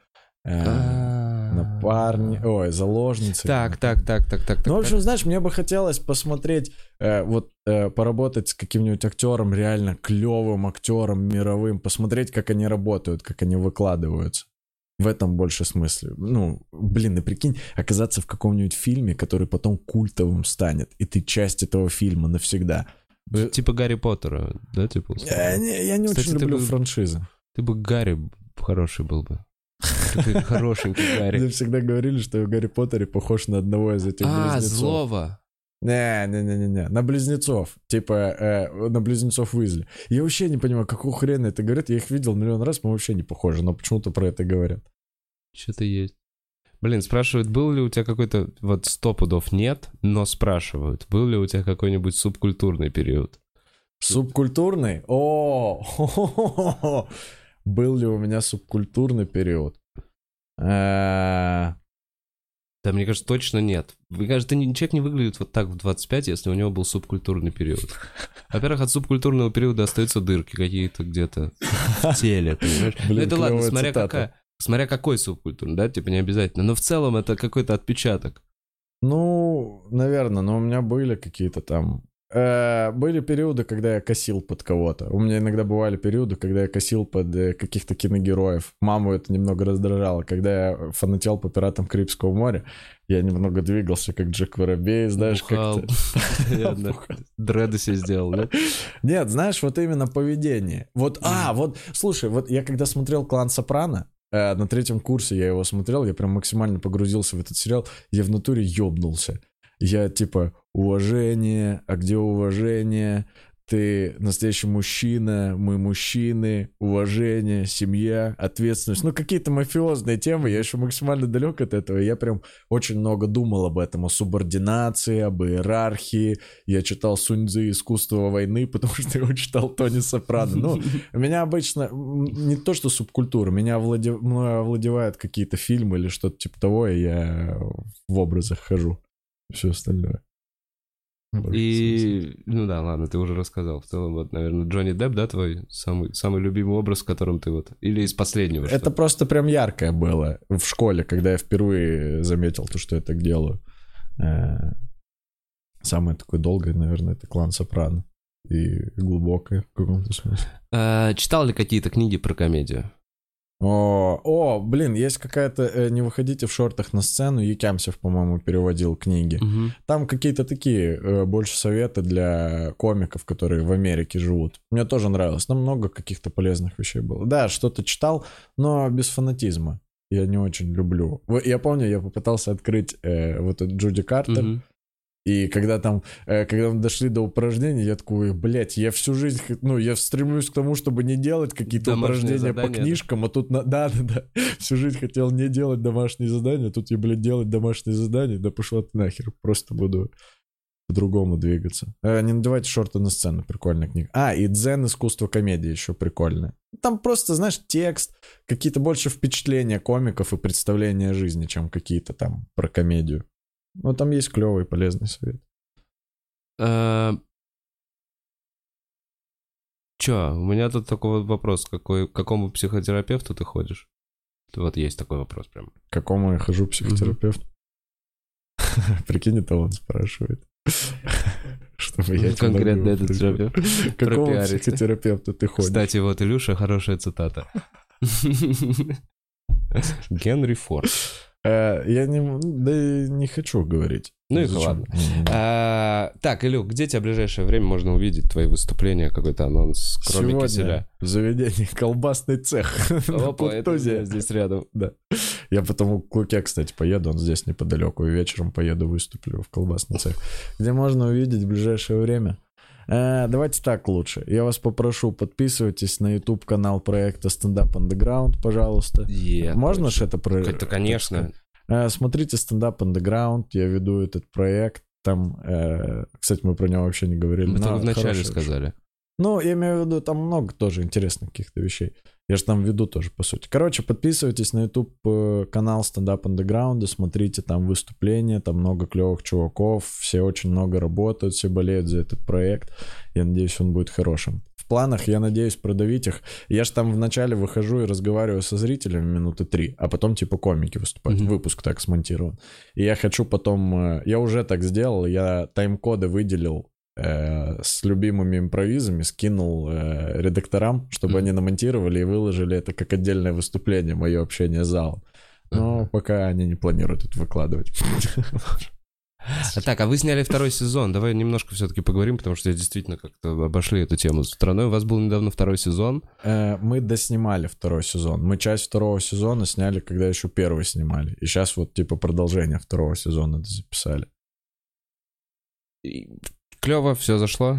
напарник, заложницы. Так. В общем, знаешь, мне бы хотелось посмотреть, поработать с каким-нибудь актером, реально клевым актером мировым, посмотреть, как они работают, как они выкладываются. В этом больше смысле. И прикинь, оказаться в каком-нибудь фильме, который потом культовым станет, и ты часть этого фильма навсегда. Типа Гарри Поттера, да? Я не очень люблю франшизы. Ты бы Гарри хороший был бы. Ты хорошенький Гарри. Мне всегда говорили, что я в Гарри Поттере похож на одного из этих близнецов. Злого. Не. На близнецов. На близнецов Уизли. Я вообще не понимаю, какого хрена это говорят. Я их видел миллион раз, но вообще не похожи. Но почему-то про это говорят. Что-то есть. Спрашивают, был ли у тебя какой-то... 100 пудов нет, но спрашивают. Был ли у тебя какой-нибудь субкультурный период? Субкультурный? Был ли у меня субкультурный период? Да, мне кажется, точно нет. Мне кажется, человек не выглядит вот так в 25, если у него был субкультурный период. Во-первых, от субкультурного периода остаются дырки какие-то где-то в теле, понимаешь? Блин, это ладно, цитата. смотря какой субкультурный, да, типа не обязательно. Но в целом это какой-то отпечаток. Ну, наверное, но у меня были какие-то там... Были периоды, когда я косил под кого-то. У меня иногда бывали периоды, когда я косил под каких-то киногероев. Маму это немного раздражало. Когда я фанател по «Пиратам Карибского моря», я немного двигался, как Джек Воробей, знаешь, как-то... Дреды себе сделал, да? Нет, знаешь, вот именно поведение. Вот, слушай, вот я когда смотрел «Клан Сопрано», на 3-м курсе я его смотрел, я прям максимально погрузился в этот сериал, я в натуре ёбнулся. Я типа, уважение, а где уважение? Ты настоящий мужчина, мы мужчины, уважение, семья, ответственность. Ну, какие-то мафиозные темы, я еще максимально далек от этого. Я прям очень много думал об этом, о субординации, об иерархии. Я читал Сунь Цзы «Искусство войны», потому что я читал Тони Сопрано. Ну, меня обычно, не то что субкультура, меня овладевают какие-то фильмы или что-то типа того, и я в образах хожу. Все остальное. И, ну да, ладно, ты уже рассказал. В целом, вот, наверное, Джонни Депп, да, твой самый любимый образ, в котором ты вот... Или из последнего? Это что-то? Просто прям яркое было в школе, когда я впервые заметил то, что я так делаю. Самое такое долгое, наверное, это «Клан Сопрано». И глубокое в каком-то смысле. Читал ли какие-то книги про комедию? Блин, есть какая-то «Не выходите в шортах на сцену», Якямсев, по-моему, переводил книги. Угу. Там какие-то такие больше советы для комиков, которые в Америке живут. Мне тоже нравилось. Там много каких-то полезных вещей было. Да, что-то читал, но без фанатизма. Я не очень люблю. Я помню, я попытался открыть вот эту Джуди Картер. Угу. И когда мы дошли до упражнений, я такой, блядь, я всю жизнь, я стремлюсь к тому, чтобы не делать какие-то домашние упражнения задания, по книжкам, да? А тут, да, всю жизнь хотел не делать домашние задания, а тут я, блядь, делать домашние задания, да пошла ты нахер, просто буду по-другому двигаться. Не надевайте шорты на сцену, прикольная книга. И «Дзен. Искусство комедии» еще прикольное. Там просто, знаешь, текст, какие-то больше впечатления комиков и представления о жизни, чем какие-то там про комедию. Ну, там есть клевый, полезный совет. Чё, у меня тут такой вот вопрос. К какому психотерапевту ты ходишь? Вот есть такой вопрос прям. К какому я хожу психотерапевту? Прикинь, это он спрашивает. Чтобы я конкретно этот терапевт. К какому психотерапевту ты ходишь? Кстати, вот, Илюша, хорошая цитата. Генри Форд. Я не хочу говорить. Ну и ладно. Так, Илюх, где тебя в ближайшее время можно увидеть твои выступления, какой-то анонс, кроме сегодня киселя? В заведении «Колбасный цех». Опа, это здесь рядом. Да. Я потом к Луке, кстати, поеду, он здесь неподалеку, и вечером поеду выступлю в «Колбасный цех». Где можно увидеть в ближайшее время? Давайте так лучше. Я вас попрошу, подписывайтесь на YouTube-канал проекта Stand Up Underground, пожалуйста. Можно же это проект? Это, конечно. Смотрите Stand Up Underground, я веду этот проект. Там, кстати, мы про него вообще не говорили. Мы только вначале сказали. Ну, я имею в виду, там много тоже интересных каких-то вещей. Я же там веду тоже, по сути. Короче, подписывайтесь на YouTube-канал Stand Up Underground, смотрите там выступления, там много клевых чуваков, все очень много работают, все болеют за этот проект. Я надеюсь, он будет хорошим. В планах, я надеюсь, продавить их. Я же там вначале выхожу и разговариваю со зрителями минуты 3, а потом типа комики выступают. Выпуск так смонтирован. И я хочу потом... Я уже так сделал, я тайм-коды выделил с любимыми импровизами, скинул редакторам, чтобы они намонтировали и выложили это как отдельное выступление, мое общение с залом. Но пока они не планируют это выкладывать. Так, а вы сняли 2-й сезон. Давай немножко все-таки поговорим, потому что действительно как-то обошли эту тему стороной. У вас был недавно 2-й сезон. Мы доснимали 2-й сезон. Мы часть 2-го сезона сняли, когда еще 1-й снимали. И сейчас вот типа продолжение 2-го сезона записали. Клево, все зашло?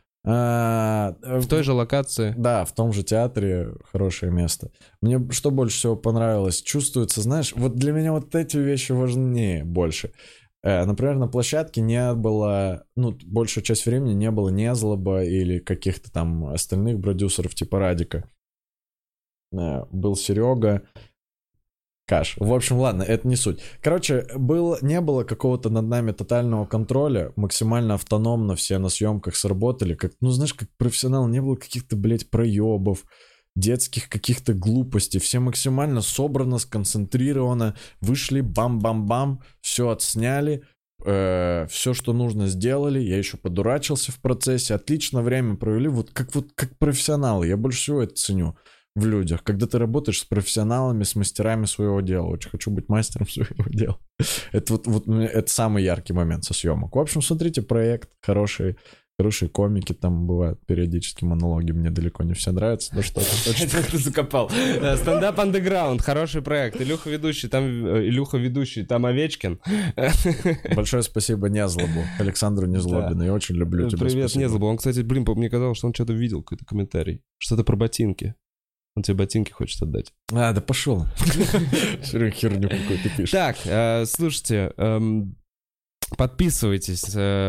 В той же локации? Да, в том же театре, хорошее место. Мне что больше всего понравилось? Чувствуется, знаешь, вот для меня вот эти вещи важнее больше. Например, на площадке не было, большую часть времени не было Незлоба или каких-то там остальных продюсеров типа Радика. Был Серега. Каш. В общем, ладно, это не суть. Короче, не было какого-то над нами тотального контроля, максимально автономно все на съемках сработали, как, ну, знаешь, как профессионал, не было каких-то, блядь, проебов, детских каких-то глупостей, все максимально собрано, сконцентрировано, вышли, бам-бам-бам, все отсняли, все, что нужно, сделали, я еще подурачился в процессе, отлично время провели, вот как профессионалы, я больше всего это ценю в людях, когда ты работаешь с профессионалами, с мастерами своего дела. Очень хочу быть мастером своего дела. Это это самый яркий момент со съемок. В общем, смотрите, проект хороший, хорошие комики там бывают, периодически монологи, мне далеко не все нравятся, но что-то точно. Ты закопал. Стендап андеграунд, хороший проект. Илюха ведущий, там Овечкин. Большое спасибо Незлобу, Александру Незлобину, я очень люблю тебя. Привет, Незлобу. Он, кстати, мне казалось, что он что-то видел, какой-то комментарий. Что-то про ботинки. Он тебе ботинки хочет отдать. Да пошел. Херню какую-то пишешь. Так, слушайте, подписывайтесь.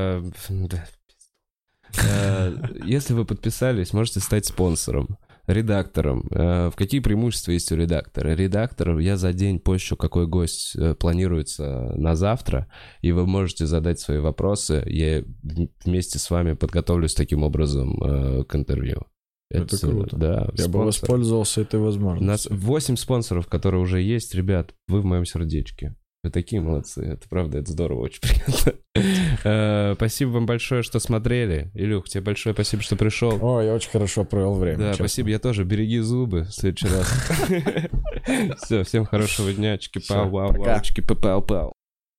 Если вы подписались, можете стать спонсором, редактором. В какие преимущества есть у редактора? Редактор, я за день пощу, какой гость планируется на завтра, и вы можете задать свои вопросы. Я вместе с вами подготовлюсь таким образом к интервью. Это круто. Да, я бы воспользовался этой возможностью. У нас 8 спонсоров, которые уже есть. Ребят, вы в моем сердечке. Вы такие молодцы. Это правда, это здорово, очень приятно. Спасибо вам большое, что смотрели. Илюх, тебе большое спасибо, что пришел. О, я очень хорошо провел время. Да, честно. Спасибо, я тоже. Береги зубы в следующий раз. Все, всем хорошего дня. Чики-пау, вау, чики-пау-пау.